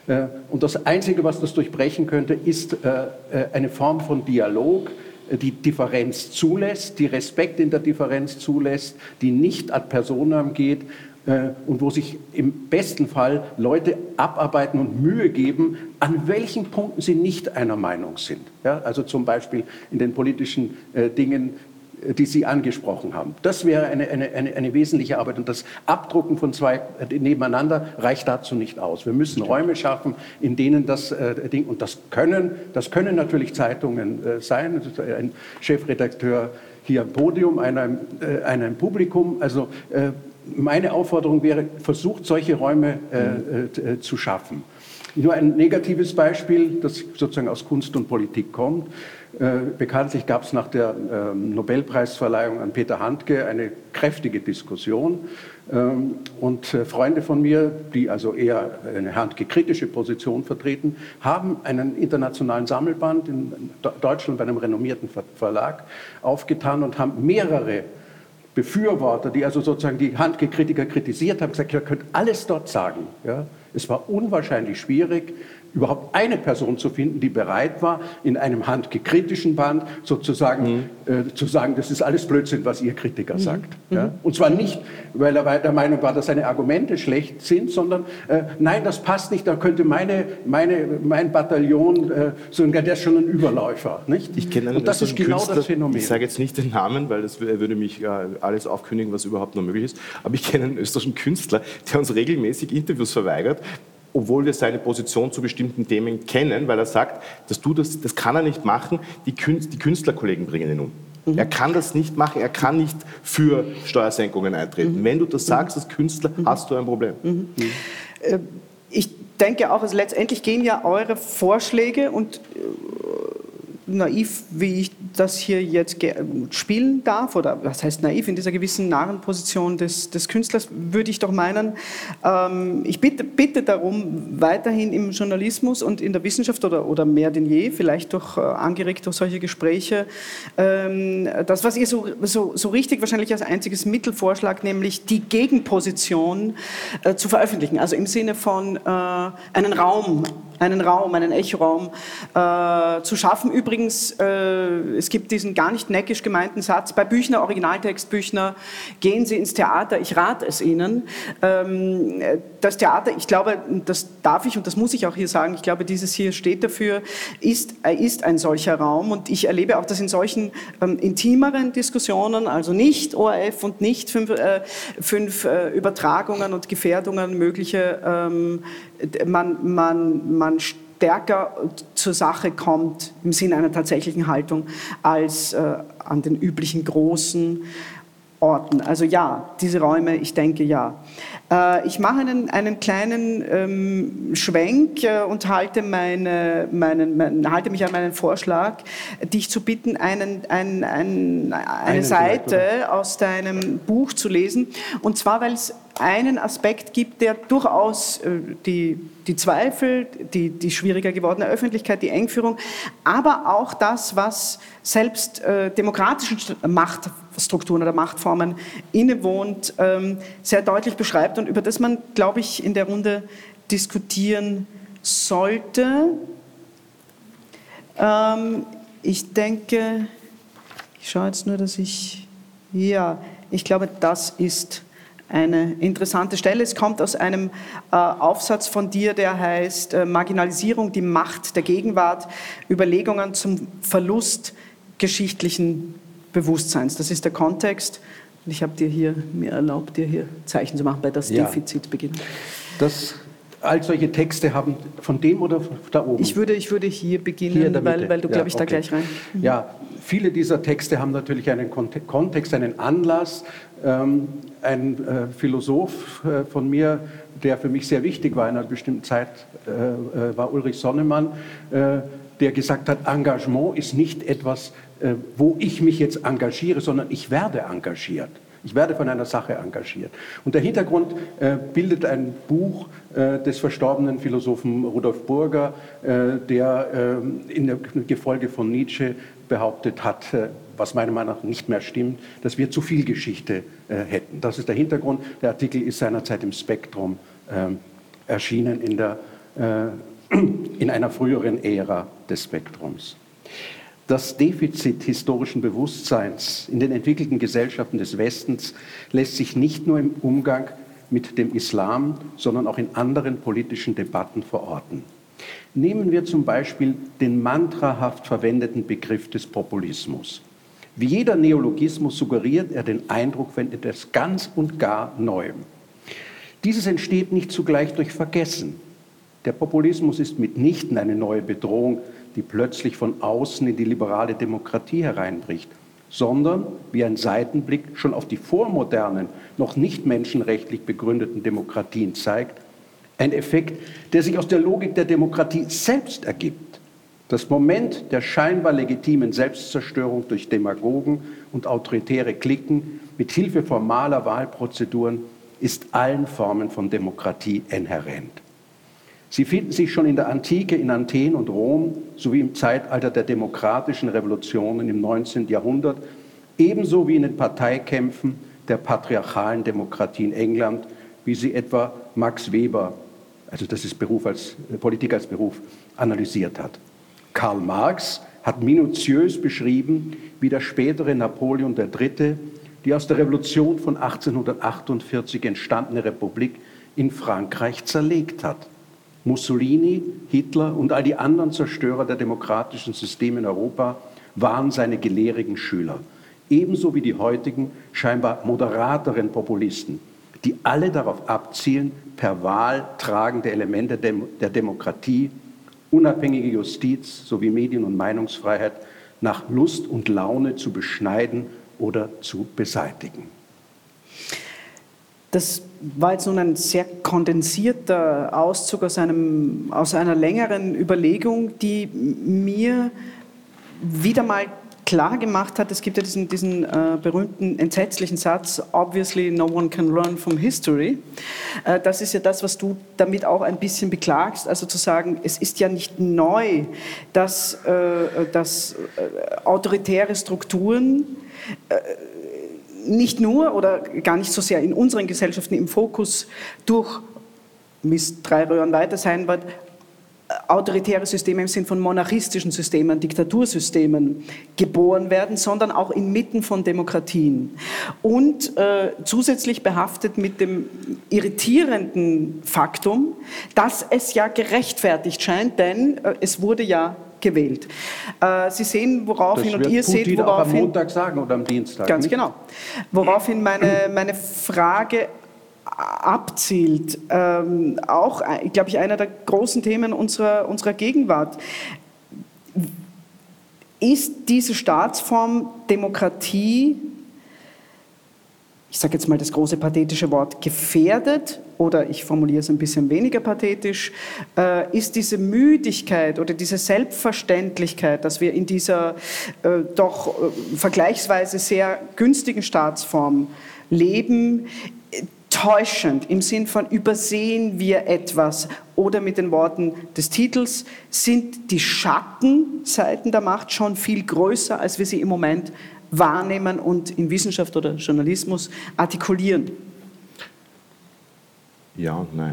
Speaker 3: Und das Einzige, was das durchbrechen könnte, ist eine Form von Dialog, die Differenz zulässt, die Respekt in der Differenz zulässt, die nicht ad personam geht und wo sich im besten Fall Leute abarbeiten und Mühe geben, an welchen Punkten sie nicht einer Meinung sind. Ja, also zum Beispiel in den politischen Dingen, die Sie angesprochen haben. Das wäre eine, eine, eine, eine wesentliche Arbeit. Und das Abdrucken von zwei nebeneinander reicht dazu nicht aus. Wir müssen Räume schaffen, in denen das äh, Ding, und das können, das können natürlich Zeitungen äh, sein, ein Chefredakteur hier am Podium, einer, äh, einer im Publikum. Also äh, meine Aufforderung wäre, versucht, solche Räume äh, äh, zu schaffen. Nur ein negatives Beispiel, das sozusagen aus Kunst und Politik kommt. Äh, bekanntlich gab es nach der äh, Nobelpreisverleihung an Peter Handke eine kräftige Diskussion. Ähm, und äh, Freunde von mir, die also eher eine Handke-kritische Position vertreten, haben einen internationalen Sammelband in Deutschland bei einem renommierten Ver Verlag aufgetan und haben mehrere Befürworter, die also sozusagen die Handke-Kritiker kritisiert haben, gesagt, ihr könnt alles dort sagen. Ja? Es war unwahrscheinlich schwierig, überhaupt eine Person zu finden, die bereit war, in einem Handke-kritischen Band sozusagen mhm. äh, zu sagen, das ist alles Blödsinn, was Ihr Kritiker mhm. sagt. Ja? Und zwar nicht, weil er der Meinung war, dass seine Argumente schlecht sind, sondern äh, nein, das passt nicht, da könnte meine, meine, mein Bataillon, äh, so, der ist schon ein Überläufer. Nicht?
Speaker 4: Ich kenne einen
Speaker 3: Und das ist genau
Speaker 4: Künstler,
Speaker 3: das Phänomen.
Speaker 4: Ich sage jetzt nicht den Namen, weil das würde mich äh, alles aufkündigen, was überhaupt noch möglich ist, aber ich kenne einen österreichischen Künstler, der uns regelmäßig Interviews verweigert, obwohl wir seine Position zu bestimmten Themen kennen, weil er sagt, dass du das, das kann er nicht machen, die, Künstler, die Künstlerkollegen bringen ihn um. Mhm. Er kann das nicht machen, er kann nicht für Steuersenkungen eintreten. Mhm. Wenn du das sagst als Künstler, mhm. hast du ein Problem. Mhm. Mhm.
Speaker 1: Äh, ich denke auch, also letztendlich gehen ja eure Vorschläge und äh, naiv, wie ich das hier jetzt spielen darf, oder was heißt naiv, in dieser gewissen Narrenposition des, des Künstlers, würde ich doch meinen, ähm, ich bitte, bitte darum, weiterhin im Journalismus und in der Wissenschaft oder, oder mehr denn je, vielleicht doch äh, angeregt durch solche Gespräche, ähm, das, was ihr so, so, so richtig wahrscheinlich als einziges Mittel vorschlagt, nämlich die Gegenposition äh, zu veröffentlichen, also im Sinne von äh, einen Raum, einen Raum, einen Echoraum äh, zu schaffen. Übrigens, äh, es gibt diesen gar nicht neckisch gemeinten Satz, bei Büchner, Originaltext Büchner, gehen Sie ins Theater, ich rate es Ihnen. Ähm, das Theater, ich glaube, das darf ich und das muss ich auch hier sagen, ich glaube, dieses hier steht dafür, ist, ist ein solcher Raum und ich erlebe auch, dass in solchen ähm, intimeren Diskussionen, also nicht O R F und nicht fünf, äh, fünf äh, Übertragungen und Gefährdungen mögliche, ähm, man, man, man stärker zur Sache kommt im Sinne einer tatsächlichen Haltung als äh, an den üblichen großen Orten. Also ja, diese Räume, ich denke ja. Äh, ich mache einen, einen kleinen ähm, Schwenk äh, und halte, meine, meinen, mein, halte mich an meinen Vorschlag, dich zu bitten, einen, ein, ein, eine einen Seite aus deinem Buch zu lesen. Und zwar, weil es einen Aspekt gibt, der durchaus äh, die, die Zweifel, die, die schwieriger gewordene Öffentlichkeit, die Engführung, aber auch das, was selbst äh, demokratischen Machtstrukturen oder Machtformen innewohnt, ähm, sehr deutlich beschreibt und über das man, glaube ich, in der Runde diskutieren sollte. Ähm, ich denke, ich schaue jetzt nur, dass ich, ja, ich glaube, das ist eine interessante Stelle. Es kommt aus einem äh, Aufsatz von dir, der heißt äh, Marginalisierung, die Macht der Gegenwart, Überlegungen zum Verlust geschichtlichen Bewusstseins. Das ist der Kontext. Und ich habe dir hier, mir erlaubt, dir hier Zeichen zu machen bei das ja. Defizit beginnen.
Speaker 3: Das, all solche Texte haben von dem oder da oben?
Speaker 1: Ich würde, ich würde hier beginnen, hier weil, weil du, ja, glaube ich, okay. da gleich rein.
Speaker 3: Mhm. Ja, viele dieser Texte haben natürlich einen Kontext, einen Anlass. Ähm, ein äh, Philosoph äh, von mir, der für mich sehr wichtig war in einer bestimmten Zeit, äh, äh, war Ulrich Sonnemann, äh, der gesagt hat, Engagement ist nicht etwas, äh, wo ich mich jetzt engagiere, sondern ich werde engagiert. Ich werde von einer Sache engagiert. Und der Hintergrund äh, bildet ein Buch äh, des verstorbenen Philosophen Rudolf Burger, äh, der äh, in der Gefolge von Nietzsche behauptet hat, äh, was meiner Meinung nach nicht mehr stimmt, dass wir zu viel Geschichte äh, hätten. Das ist der Hintergrund. Der Artikel ist seinerzeit im Spektrum äh, erschienen, in, der, äh, in einer früheren Ära des Spektrums. Das Defizit historischen Bewusstseins in den entwickelten Gesellschaften des Westens lässt sich nicht nur im Umgang mit dem Islam, sondern auch in anderen politischen Debatten verorten. Nehmen wir zum Beispiel den mantrahaft verwendeten Begriff des Populismus. Wie jeder Neologismus suggeriert er den Eindruck von etwas ganz und gar Neuem. Dieses entsteht nicht zugleich durch Vergessen. Der Populismus ist mitnichten eine neue Bedrohung, die plötzlich von außen in die liberale Demokratie hereinbricht, sondern wie ein Seitenblick schon auf die vormodernen, noch nicht menschenrechtlich begründeten Demokratien zeigt, ein Effekt, der sich aus der Logik der Demokratie selbst ergibt. Das Moment der scheinbar legitimen Selbstzerstörung durch Demagogen und autoritäre Cliquen mit Hilfe formaler Wahlprozeduren ist allen Formen von Demokratie inhärent. Sie finden sich schon in der Antike in Athen und Rom sowie im Zeitalter der demokratischen Revolutionen im neunzehnten Jahrhundert, ebenso wie in den Parteikämpfen der patriarchalen Demokratie in England, wie sie etwa Max Weber, also das ist Beruf als, Politik als Beruf, analysiert hat. Karl Marx hat minutiös beschrieben, wie der spätere Napoleon der Dritte die aus der Revolution von achtzehnhundertachtundvierzig entstandene Republik in Frankreich zerlegt hat. Mussolini, Hitler und all die anderen Zerstörer der demokratischen Systeme in Europa waren seine gelehrigen Schüler. Ebenso wie die heutigen, scheinbar moderateren Populisten, die alle darauf abzielen, per Wahl tragende Elemente der Demokratie, unabhängige Justiz sowie Medien- und Meinungsfreiheit nach Lust und Laune zu beschneiden oder zu beseitigen.
Speaker 1: Das war jetzt nun ein sehr kondensierter Auszug aus, einem, aus einer längeren Überlegung, die mir wieder mal klar gemacht hat, es gibt ja diesen, diesen äh, berühmten, entsetzlichen Satz, obviously no one can learn from history. Äh, das ist ja das, was du damit auch ein bisschen beklagst, also zu sagen, es ist ja nicht neu, dass, äh, dass äh, autoritäre Strukturen äh, nicht nur oder gar nicht so sehr in unseren Gesellschaften im Fokus durch, wie es drei Röhren weiter sein wird, autoritäre Systeme im Sinn von monarchistischen Systemen, Diktatursystemen geboren werden, sondern auch inmitten von Demokratien. Und äh, zusätzlich behaftet mit dem irritierenden Faktum, dass es ja gerechtfertigt scheint, denn äh, es wurde ja gewählt. Äh, Sie sehen, woraufhin, und ihr seht, woraufhin...
Speaker 3: auch am Montag sagen oder am Dienstag.
Speaker 1: Ganz
Speaker 3: nicht?
Speaker 1: genau. Woraufhin meine, meine Frage abzielt, ähm, auch, glaube ich, einer der großen Themen unserer, unserer Gegenwart. Ist diese Staatsform Demokratie, ich sage jetzt mal das große pathetische Wort, gefährdet, oder ich formuliere es ein bisschen weniger pathetisch, äh, ist diese Müdigkeit oder diese Selbstverständlichkeit, dass wir in dieser äh, doch äh, vergleichsweise sehr günstigen Staatsform leben, täuschend im Sinn von übersehen wir etwas, oder mit den Worten des Titels, sind die Schattenseiten der Macht schon viel größer, als wir sie im Moment wahrnehmen und in Wissenschaft oder Journalismus artikulieren?
Speaker 4: Ja und nein.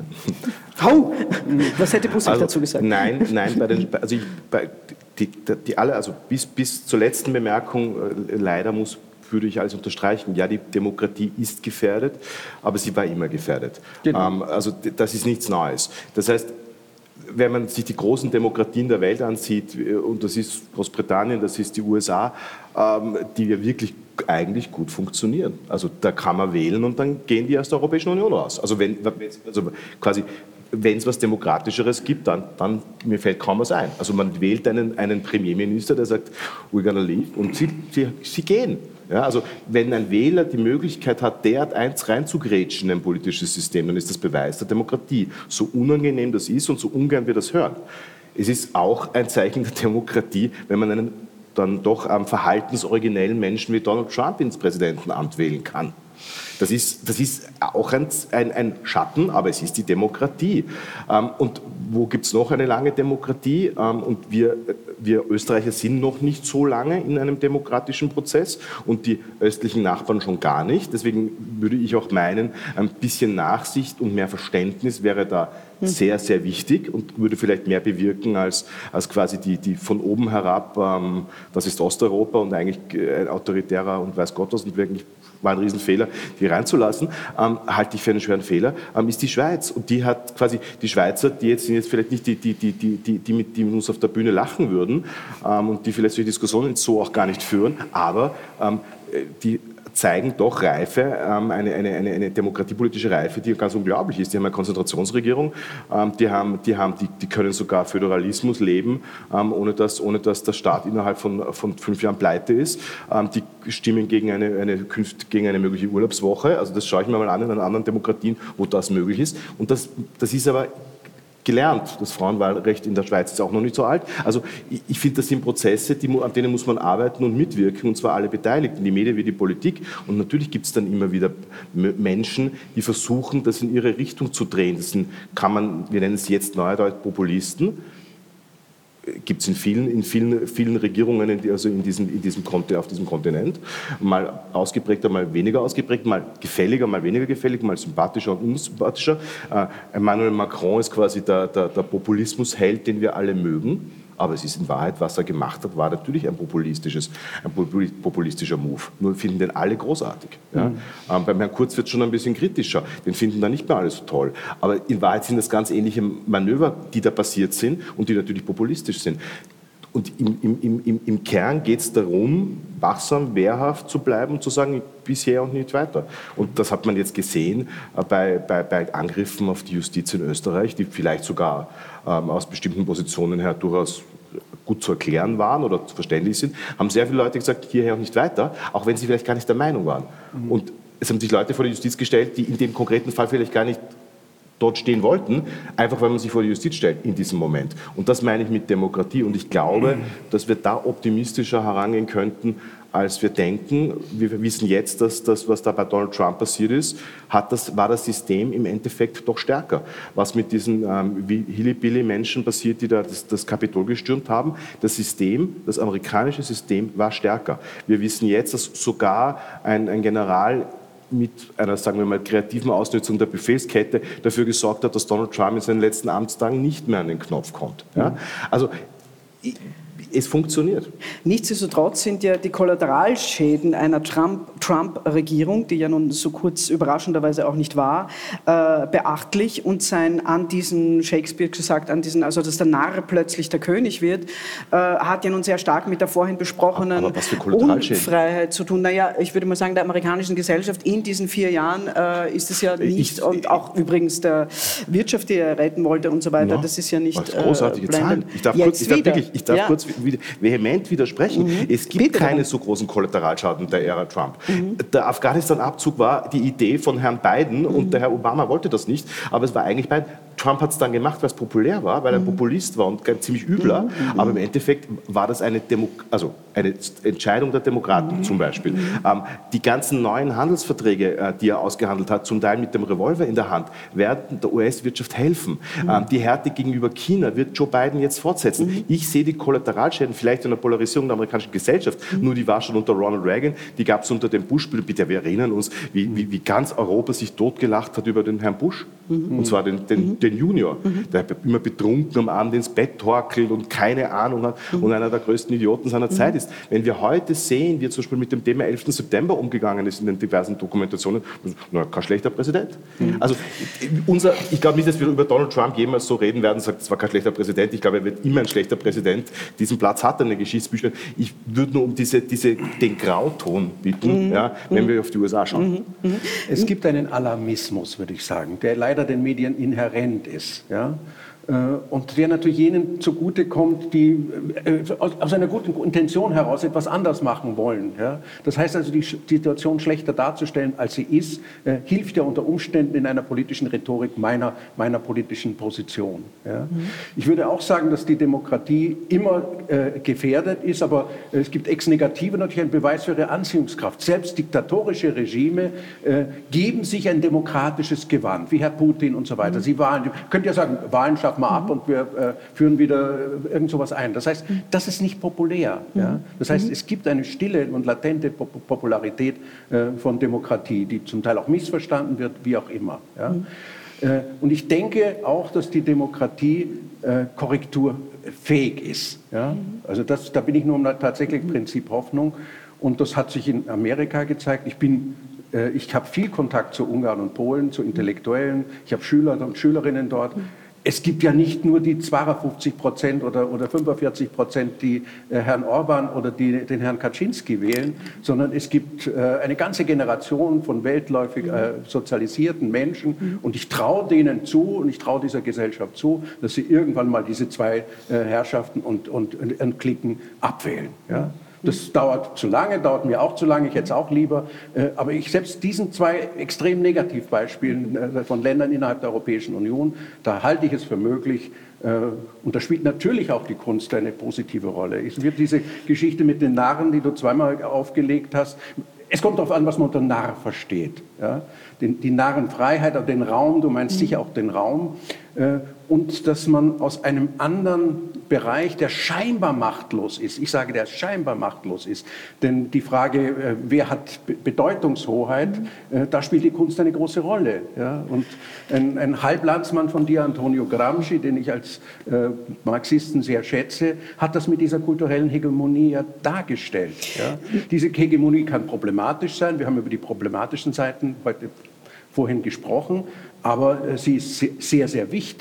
Speaker 1: Oh, was hätte Bussig also, dazu gesagt?
Speaker 4: Nein, nein, bei den, also ich, bei, die, die alle, also bis, bis zur letzten Bemerkung, äh, leider muss, würde ich alles unterstreichen. Ja, die Demokratie ist gefährdet, aber sie war immer gefährdet. Genau. Ähm, also das ist nichts Neues. Das heißt, wenn man sich die großen Demokratien der Welt ansieht, und das ist Großbritannien, das ist die U S A, ähm, die ja wirklich eigentlich gut funktionieren. Also da kann man wählen und dann gehen die aus der Europäischen Union raus. Also wenn also quasi wenn es was Demokratischeres gibt, dann, dann mir fällt kaum was ein. Also man wählt einen, einen Premierminister, der sagt, we're gonna leave, und sie, sie, sie gehen. Ja, also wenn ein Wähler die Möglichkeit hat, derart eins reinzugrätschen in ein politisches System, dann ist das Beweis der Demokratie. So unangenehm das ist und so ungern wir das hören. Es ist auch ein Zeichen der Demokratie, wenn man einen dann doch am verhaltensoriginellen Menschen wie Donald Trump ins Präsidentenamt wählen kann. Das ist, das ist auch ein, ein, ein Schatten, aber es ist die Demokratie. Ähm, und wo gibt es noch eine lange Demokratie? Ähm, und wir, wir Österreicher sind noch nicht so lange in einem demokratischen Prozess und die östlichen Nachbarn schon gar nicht. Deswegen würde ich auch meinen, ein bisschen Nachsicht und mehr Verständnis wäre da sehr, sehr wichtig und würde vielleicht mehr bewirken als, als quasi die, die von oben herab, ähm, das ist Osteuropa und eigentlich ein autoritärer und weiß Gott was und wirklich war ein Riesenfehler, die reinzulassen, ähm, halte ich für einen schweren Fehler, ähm, ist die Schweiz. Und die hat quasi, die Schweizer, die jetzt sind jetzt vielleicht nicht die, die, die, die, die, die, mit, die mit uns auf der Bühne lachen würden ähm, und die vielleicht solche Diskussionen so auch gar nicht führen, aber ähm, die zeigen doch Reife, ähm, eine, eine, eine, eine demokratiepolitische Reife, die ganz unglaublich ist. Die haben eine Konzentrationsregierung, ähm, die, haben, die, haben, die, die können sogar Föderalismus leben, ähm, ohne, dass, ohne dass der Staat innerhalb von, von fünf Jahren pleite ist. Ähm, die stimmen gegen eine, eine, gegen eine mögliche Urlaubswoche. Also das schaue ich mir mal an in anderen Demokratien, wo das möglich ist. Und das, das ist aber gelernt. Das Frauenwahlrecht in der Schweiz ist auch noch nicht so alt. Also ich, ich finde, das sind Prozesse, die, an denen muss man arbeiten und mitwirken, und zwar alle Beteiligten, die Medien wie die Politik. Und natürlich gibt es dann immer wieder Menschen, die versuchen, das in ihre Richtung zu drehen. Das sind, kann man, wir nennen es jetzt neudeutsch Populisten. Gibt es in vielen, in vielen, vielen Regierungen, in die, also in diesem, in diesem, auf diesem Kontinent. Mal ausgeprägter, mal weniger ausgeprägt, mal gefälliger, mal weniger gefällig, mal sympathischer und unsympathischer. Äh, Emmanuel Macron ist quasi der, der, der Populismusheld, den wir alle mögen. Aber es ist in Wahrheit, was er gemacht hat, war natürlich ein populistisches, ein populistischer Move. Nur finden den alle großartig. Ja? Mhm. Ähm, beim Herrn Kurz wird es schon ein bisschen kritischer. Den finden da nicht mehr alle so toll. Aber in Wahrheit sind das ganz ähnliche Manöver, die da passiert sind und die natürlich populistisch sind. und im, im, im, im Kern geht es darum, wachsam, wehrhaft zu bleiben und zu sagen, bisher und nicht weiter. Und das hat man jetzt gesehen äh, bei, bei, bei Angriffen auf die Justiz in Österreich, die vielleicht sogar ähm, aus bestimmten Positionen her durchaus gut zu erklären waren oder verständlich sind, haben sehr viele Leute gesagt, hierher und nicht weiter, auch wenn sie vielleicht gar nicht der Meinung waren. Mhm. Und es haben sich Leute vor die Justiz gestellt, die in dem konkreten Fall vielleicht gar nicht dort stehen wollten, einfach weil man sich vor die Justiz stellt in diesem Moment. Und das meine ich mit Demokratie. Und ich glaube, dass wir da optimistischer herangehen könnten, als wir denken. Wir wissen jetzt, dass das, was da bei Donald Trump passiert ist, hat das, war das System im Endeffekt doch stärker. Was mit diesen ähm, Hilly-Billy-Menschen passiert, die da das, das Kapitol gestürmt haben, das System, das amerikanische System war stärker. Wir wissen jetzt, dass sogar ein, ein General mit einer, sagen wir mal, kreativen Ausnutzung der Befehlskette dafür gesorgt hat, dass Donald Trump in seinen letzten Amtstagen nicht mehr an den Knopf kommt. Ja? Also es funktioniert.
Speaker 1: Nichtsdestotrotz sind ja die Kollateralschäden einer Trump, Trump-Regierung, die ja nun so kurz überraschenderweise auch nicht war, äh, beachtlich. Und sein an diesen, Shakespeare gesagt, an diesen, also dass der Narr plötzlich der König wird, äh, hat ja nun sehr stark mit der vorhin besprochenen Unfreiheit zu tun. Naja, ich würde mal sagen, der amerikanischen Gesellschaft in diesen vier Jahren äh, ist es ja nicht, ich, und auch übrigens der Wirtschaft, die er retten wollte und so weiter, ja, das ist ja nicht
Speaker 4: äh, großartige Zahlen. Ich darf kurz, ich darf wirklich, ich darf ja. kurz vehement widersprechen. Mhm. Es gibt Bitte keine dann. so großen Kollateralschaden der Ära Trump. Mhm. Der Afghanistan-Abzug war die Idee von Herrn Biden mhm. und der Herr Obama wollte das nicht, aber es war eigentlich Biden. Trump hat es dann gemacht, weil es populär war, weil er mhm. Populist war und ein ziemlich übler, mhm. aber im Endeffekt war das eine, Demo also eine Entscheidung der Demokraten mhm. zum Beispiel. Mhm. Ähm, die ganzen neuen Handelsverträge, äh, die er ausgehandelt hat, zum Teil mit dem Revolver in der Hand, werden der U S-Wirtschaft helfen. Mhm. Ähm, die Härte gegenüber China wird Joe Biden jetzt fortsetzen. Mhm. Ich sehe die Kollateralschäden vielleicht in der Polarisierung der amerikanischen Gesellschaft, mhm. nur die war schon unter Ronald Reagan, die gab es unter dem Bush-Bild. Bitte, wir erinnern uns, wie, wie, wie ganz Europa sich totgelacht hat über den Herrn Bush, mhm. und zwar den, den, mhm. den Junior, mhm. der immer betrunken am Abend ins Bett torkelt und keine Ahnung hat mhm. und einer der größten Idioten seiner mhm. Zeit ist. Wenn wir heute sehen, wie zum Beispiel mit dem Thema elften September umgegangen ist in den diversen Dokumentationen, na, kein schlechter Präsident. Mhm. Also unser, ich glaube nicht, dass wir über Donald Trump jemals so reden werden und sagen, das war kein schlechter Präsident. Ich glaube, er wird immer ein schlechter Präsident. Diesen Platz hat er in den Geschichtsbüchern. Ich würde nur um diese, diese, den Grauton bitten, mhm. ja, wenn mhm. wir auf die U S A schauen.
Speaker 3: Mhm. Mhm. Es gibt einen Alarmismus, würde ich sagen, der leider den Medien inhärent ist. Ja? Und der natürlich jenen zugutekommt, die aus einer guten Intention heraus etwas anders machen wollen. Ja? Das heißt also, die Situation schlechter darzustellen, als sie ist, hilft ja unter Umständen in einer politischen Rhetorik meiner, meiner politischen Position. Ja? Mhm. Ich würde auch sagen, dass die Demokratie immer äh, gefährdet ist, aber es gibt ex negative natürlich einen Beweis für ihre Anziehungskraft. Selbst diktatorische Regime äh, geben sich ein demokratisches Gewand, wie Herr Putin und so weiter. Mhm. Sie Wahlen, könnt ja sagen, Wahlen schaffen mal ab und wir äh, führen wieder irgend sowas ein. Das heißt, das ist nicht populär. Ja? Das heißt, es gibt eine stille und latente Pop Popularität äh, von Demokratie, die zum Teil auch missverstanden wird, wie auch immer. Ja? Mhm. Äh, und ich denke auch, dass die Demokratie äh, korrekturfähig ist. Ja? Also das, da bin ich nur um tatsächlich Prinzip Hoffnung. Und das hat sich in Amerika gezeigt. Ich bin äh, ich habe viel Kontakt zu Ungarn und Polen, zu Intellektuellen. Ich habe Schüler und Schülerinnen dort. Es gibt ja nicht nur die zweiundfünfzig Prozent oder, oder fünfundvierzig Prozent, die äh, Herrn Orban oder die, den Herrn Kaczynski wählen, sondern es gibt äh, eine ganze Generation von weltläufig äh, sozialisierten Menschen. Und ich traue denen zu und ich traue dieser Gesellschaft zu, dass sie irgendwann mal diese zwei äh, Herrschaften und, und, und, und Klicken abwählen. Ja? Das dauert zu lange, dauert mir auch zu lange, ich hätte es auch lieber. Aber ich selbst diesen zwei extrem Negativbeispielen von Ländern innerhalb der Europäischen Union, da halte ich es für möglich. Und da spielt natürlich auch die Kunst eine positive Rolle. Es wird diese Geschichte mit den Narren, die du zweimal aufgelegt hast, es kommt darauf an, was man unter Narr versteht. Ja? Den, die Narrenfreiheit, den Raum, du meinst sicher auch den Raum. Äh, und dass man aus einem anderen Bereich, der scheinbar machtlos ist, ich sage, der scheinbar machtlos ist, denn die Frage, äh, wer hat Be Bedeutungshoheit, äh, da spielt die Kunst eine große Rolle. Ja? Und ein, ein Halblandsmann von dir, Antonio Gramsci, den ich als äh, Marxisten sehr schätze, hat das mit dieser kulturellen Hegemonie ja dargestellt. Ja? Diese Hegemonie kann problematisch sein, wir haben über die problematischen Seiten heute vorhin gesprochen, aber sie ist sehr, sehr wichtig.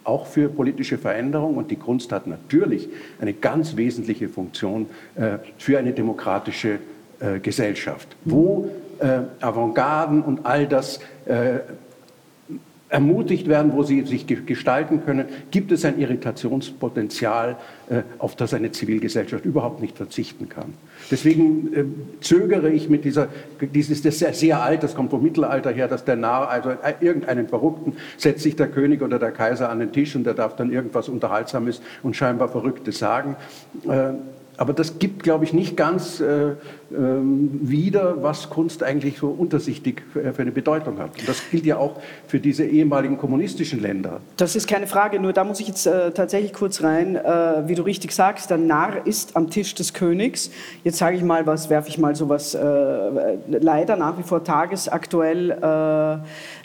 Speaker 3: auch für politische Veränderung. Und die Kunst hat natürlich eine ganz wesentliche Funktion äh, für eine demokratische äh, Gesellschaft, wo äh, Avantgarden und all das äh, ermutigt werden, wo sie sich gestalten können, gibt es ein Irritationspotenzial, auf das eine Zivilgesellschaft überhaupt nicht verzichten kann. Deswegen zögere ich mit dieser, dieses das ist sehr, sehr alt, das kommt vom Mittelalter her, dass der Narr, also irgendeinen Verrückten, setzt sich der König oder der Kaiser an den Tisch und der darf dann irgendwas Unterhaltsames und scheinbar Verrücktes sagen. Aber das gibt, glaube ich, nicht ganz äh, äh, wieder, was Kunst eigentlich so untersichtig für, für eine Bedeutung hat. Und das gilt ja auch für diese ehemaligen kommunistischen Länder.
Speaker 1: Das ist keine Frage, nur da muss ich jetzt äh, tatsächlich kurz rein. Äh, wie du richtig sagst, der Narr ist am Tisch des Königs. Jetzt sage ich mal was, werfe ich mal sowas äh, leider nach wie vor tagesaktuell äh,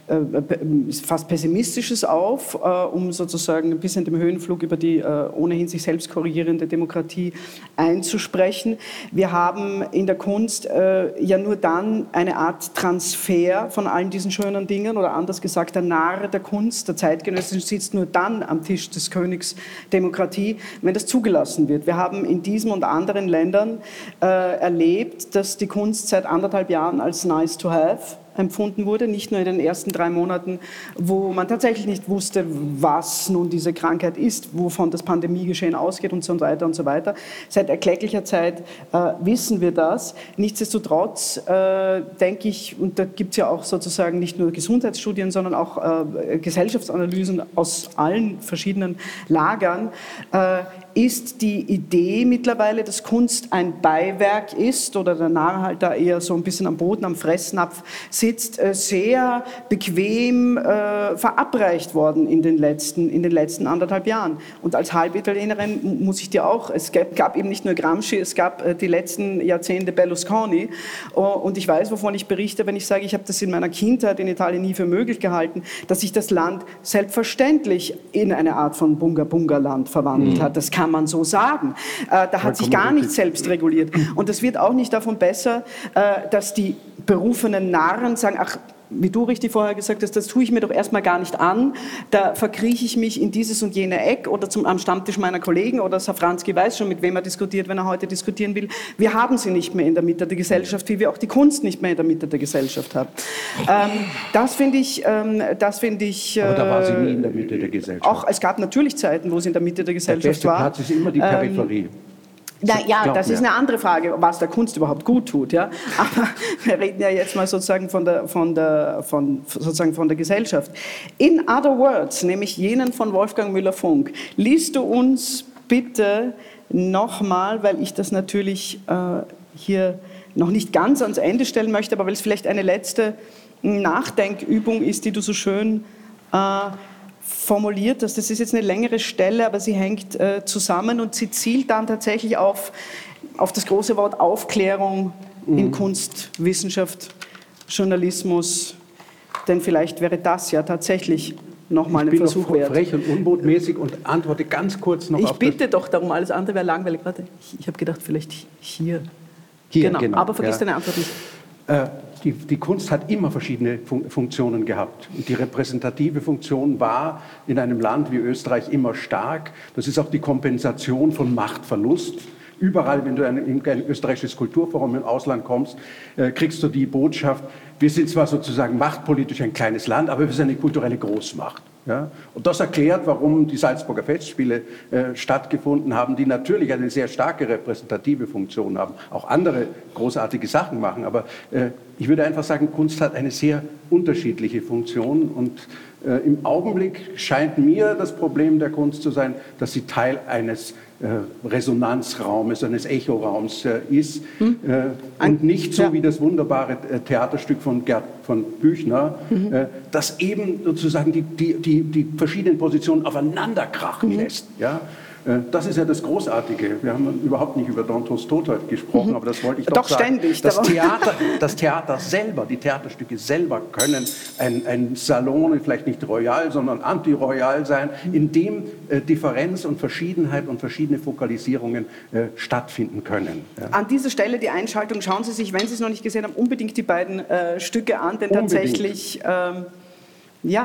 Speaker 1: fast Pessimistisches auf, äh, um sozusagen ein bisschen dem Höhenflug über die äh, ohnehin sich selbst korrigierende Demokratie einzusprechen. Wir haben in der Kunst äh, ja nur dann eine Art Transfer von allen diesen schönen Dingen, oder anders gesagt, der Narr der Kunst, der Zeitgenössischen, sitzt nur dann am Tisch des Königs Demokratie, wenn das zugelassen wird. Wir haben in diesem und anderen Ländern äh, erlebt, dass die Kunst seit anderthalb Jahren als nice to have empfunden wurde, nicht nur in den ersten drei Monaten, wo man tatsächlich nicht wusste, was nun diese Krankheit ist, wovon das Pandemiegeschehen ausgeht und so weiter und so weiter. Seit erklecklicher Zeit äh, wissen wir das. Nichtsdestotrotz äh, denke ich, und da gibt es ja auch sozusagen nicht nur Gesundheitsstudien, sondern auch äh, Gesellschaftsanalysen aus allen verschiedenen Lagern, äh, ist die Idee mittlerweile, dass Kunst ein Beiwerk ist oder der Narr halt da eher so ein bisschen am Boden, am Fressnapf sitzt, äh, sehr bequem äh, verabreicht worden in den, letzten, in den letzten anderthalb Jahren. Und als Halbitalienerin muss ich dir auch, es gab, gab eben nicht nur Gramsci, es gab äh, die letzten Jahrzehnte Berlusconi. Uh, und ich weiß, wovon ich berichte, wenn ich sage, ich habe das in meiner Kindheit in Italien nie für möglich gehalten, dass sich das Land selbstverständlich in eine Art von Bunga-Bunga-Land verwandelt mhm. hat. Das kann man so sagen. Äh, da hat sich gar nicht selbst reguliert. Und das wird auch nicht davon besser, äh, dass die berufenen Narren sagen, ach, wie du richtig vorher gesagt hast, das tue ich mir doch erstmal gar nicht an, da verkrieche ich mich in dieses und jene Eck oder zum, am Stammtisch meiner Kollegen oder Safranski weiß schon, mit wem er diskutiert, wenn er heute diskutieren will. Wir haben sie nicht mehr in der Mitte der Gesellschaft, wie wir auch die Kunst nicht mehr in der Mitte der Gesellschaft haben. Ähm, das finde ich... Ähm, das find ich äh,
Speaker 3: Aber da war sie nie in der Mitte der Gesellschaft.
Speaker 1: Auch, es gab natürlich Zeiten, wo sie in der Mitte der Gesellschaft
Speaker 3: der beste
Speaker 1: war.
Speaker 3: Platz ist immer die Peripherie. Ähm,
Speaker 1: Na, ja,
Speaker 3: Glaub
Speaker 1: das
Speaker 3: mir.
Speaker 1: ist eine andere Frage, was der Kunst überhaupt gut tut. Ja? Aber wir reden ja jetzt mal sozusagen von der, von, der, von, sozusagen von der Gesellschaft. In Other Words, nämlich jenen von Wolfgang Müller-Funk, liest du uns bitte nochmal, weil ich das natürlich äh, hier noch nicht ganz ans Ende stellen möchte, aber weil es vielleicht eine letzte Nachdenkübung ist, die du so schön äh, formuliert hast. Das ist jetzt eine längere Stelle, aber sie hängt äh, zusammen und sie zielt dann tatsächlich auf, auf das große Wort Aufklärung mhm. in Kunst, Wissenschaft, Journalismus. Denn vielleicht wäre das ja tatsächlich nochmal ein Versuch wert.
Speaker 3: Ich bin frech und unbotmäßig und antworte ganz kurz noch
Speaker 1: ich
Speaker 3: auf
Speaker 1: Ich bitte doch darum, alles andere wäre langweilig. Warte, ich, ich habe gedacht, vielleicht hier.
Speaker 3: Hier,
Speaker 1: genau.
Speaker 3: genau.
Speaker 1: Aber vergiss
Speaker 3: ja.
Speaker 1: deine Antwort nicht.
Speaker 3: Die, die Kunst hat immer verschiedene Fun- Funktionen gehabt. Und die repräsentative Funktion war in einem Land wie Österreich immer stark. Das ist auch die Kompensation von Machtverlust. Überall, wenn du in ein österreichisches Kulturforum im Ausland kommst, äh, kriegst du die Botschaft, wir sind zwar sozusagen machtpolitisch ein kleines Land, aber wir sind eine kulturelle Großmacht. Ja? Und das erklärt, warum die Salzburger Festspiele äh, stattgefunden haben, die natürlich eine sehr starke repräsentative Funktion haben, auch andere großartige Sachen machen. Aber äh, ich würde einfach sagen, Kunst hat eine sehr unterschiedliche Funktion und äh, im Augenblick scheint mir das Problem der Kunst zu sein, dass sie Teil eines äh, Resonanzraumes, eines Echoraums äh, ist hm. äh, und nicht so ja. wie das wunderbare äh, Theaterstück von Gerd von Büchner, mhm. äh, das eben sozusagen die, die, die, die verschiedenen Positionen aufeinanderkrachen mhm. lässt. Ja? Äh, das ist ja das Großartige. Wir haben überhaupt nicht über Dantes Tod heute gesprochen, mhm. aber das wollte ich doch,
Speaker 1: doch
Speaker 3: sagen.
Speaker 1: Ständig,
Speaker 3: das, Theater, das Theater selber, die Theaterstücke selber können ein, ein Salon, vielleicht nicht royal, sondern anti-royal sein, in dem äh, Differenz und Verschiedenheit und verschiedene Fokalisierungen äh, stattfinden können. Ja.
Speaker 1: An dieser Stelle die Einschaltung, schauen Sie sich, wenn Sie es noch nicht gesehen haben, unbedingt die beiden äh, Stücke an, denn
Speaker 3: unbedingt.
Speaker 1: tatsächlich, ähm, ja,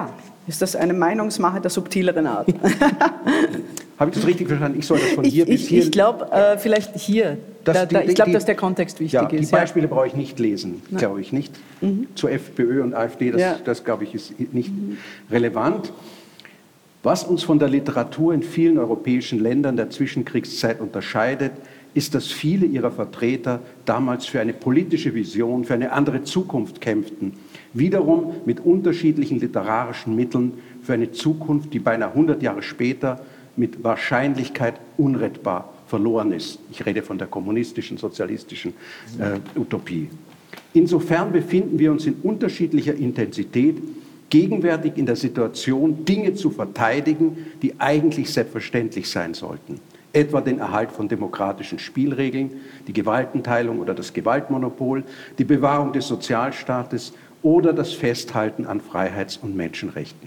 Speaker 1: Ist das eine Meinungsmache der subtileren Art?
Speaker 3: Habe ich das richtig verstanden? Ich soll das von hier
Speaker 1: ich,
Speaker 3: bis
Speaker 1: ich,
Speaker 3: hier...
Speaker 1: Ich glaube, äh, vielleicht hier. Da, da, ich glaube, dass der Kontext wichtig
Speaker 3: ja,
Speaker 1: ist.
Speaker 3: Die Beispiele ja. brauche ich nicht lesen, glaube ich nicht. Mhm. Zur FPÖ und AfD, das, ja. das glaube ich, ist nicht mhm. relevant. Was uns von der Literatur in vielen europäischen Ländern der Zwischenkriegszeit unterscheidet, ist, dass viele ihrer Vertreter damals für eine politische Vision, für eine andere Zukunft kämpften. Wiederum mit unterschiedlichen literarischen Mitteln für eine Zukunft, die beinahe hundert Jahre später mit Wahrscheinlichkeit unrettbar verloren ist. Ich rede von der kommunistischen, sozialistischen äh, Utopie. Insofern befinden wir uns in unterschiedlicher Intensität gegenwärtig in der Situation, Dinge zu verteidigen, die eigentlich selbstverständlich sein sollten. Etwa den Erhalt von demokratischen Spielregeln, die Gewaltenteilung oder das Gewaltmonopol, die Bewahrung des Sozialstaates oder das Festhalten an Freiheits- und Menschenrechten.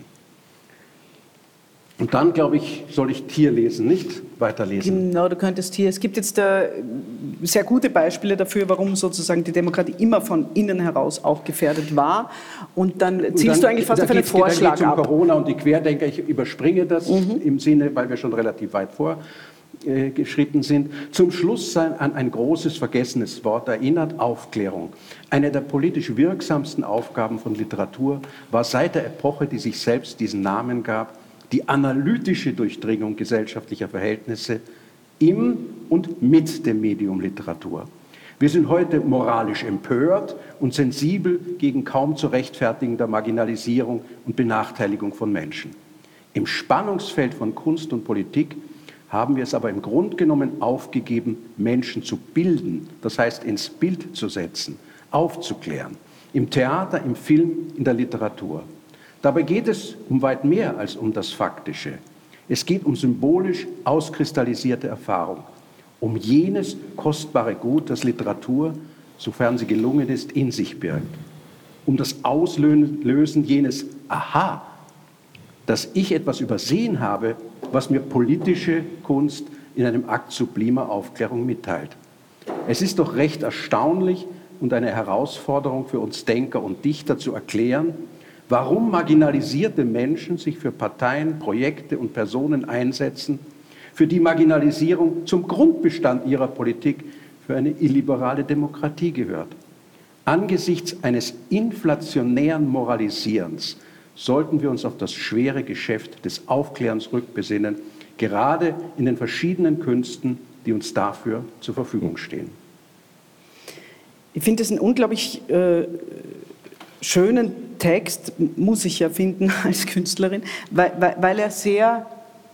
Speaker 3: Und dann, glaube ich, soll ich Thier lesen, nicht weiterlesen.
Speaker 1: Genau, du könntest Thier. Es gibt jetzt äh, sehr gute Beispiele dafür, warum sozusagen die Demokratie immer von innen heraus auch gefährdet war. Und dann zielst und dann, du eigentlich fast auf einen Vorschlag ab.
Speaker 3: Dann geht es um Corona und die Querdenker. Ich überspringe das mhm. im Sinne, weil wir schon relativ weit vorgeschritten sind. Zum Schluss sei an ein großes, vergessenes Wort erinnert: Aufklärung. Eine der politisch wirksamsten Aufgaben von Literatur war seit der Epoche, die sich selbst diesen Namen gab, die analytische Durchdringung gesellschaftlicher Verhältnisse im und mit dem Medium Literatur. Wir sind heute moralisch empört und sensibel gegen kaum zu rechtfertigende Marginalisierung und Benachteiligung von Menschen. Im Spannungsfeld von Kunst und Politik haben wir es aber im Grunde genommen aufgegeben, Menschen zu bilden, das heißt ins Bild zu setzen, aufzuklären. Im Theater, im Film, in der Literatur. Dabei geht es um weit mehr als um das Faktische. Es geht um symbolisch auskristallisierte Erfahrung, um jenes kostbare Gut, das Literatur, sofern sie gelungen ist, in sich birgt. Um das Auslösen jenes Aha, dass ich etwas übersehen habe, was mir politische Kunst in einem Akt sublimer Aufklärung mitteilt. Es ist doch recht erstaunlich und eine Herausforderung für uns Denker und Dichter zu erklären, warum marginalisierte Menschen sich für Parteien, Projekte und Personen einsetzen, für die Marginalisierung zum Grundbestand ihrer Politik für eine illiberale Demokratie gehört. Angesichts eines inflationären Moralisierens sollten wir uns auf das schwere Geschäft des Aufklärens rückbesinnen, gerade in den verschiedenen Künsten, die uns dafür zur Verfügung stehen.
Speaker 1: Ich finde es einen unglaublich äh, schönen Text, muss ich ja finden als Künstlerin, weil, weil, weil er sehr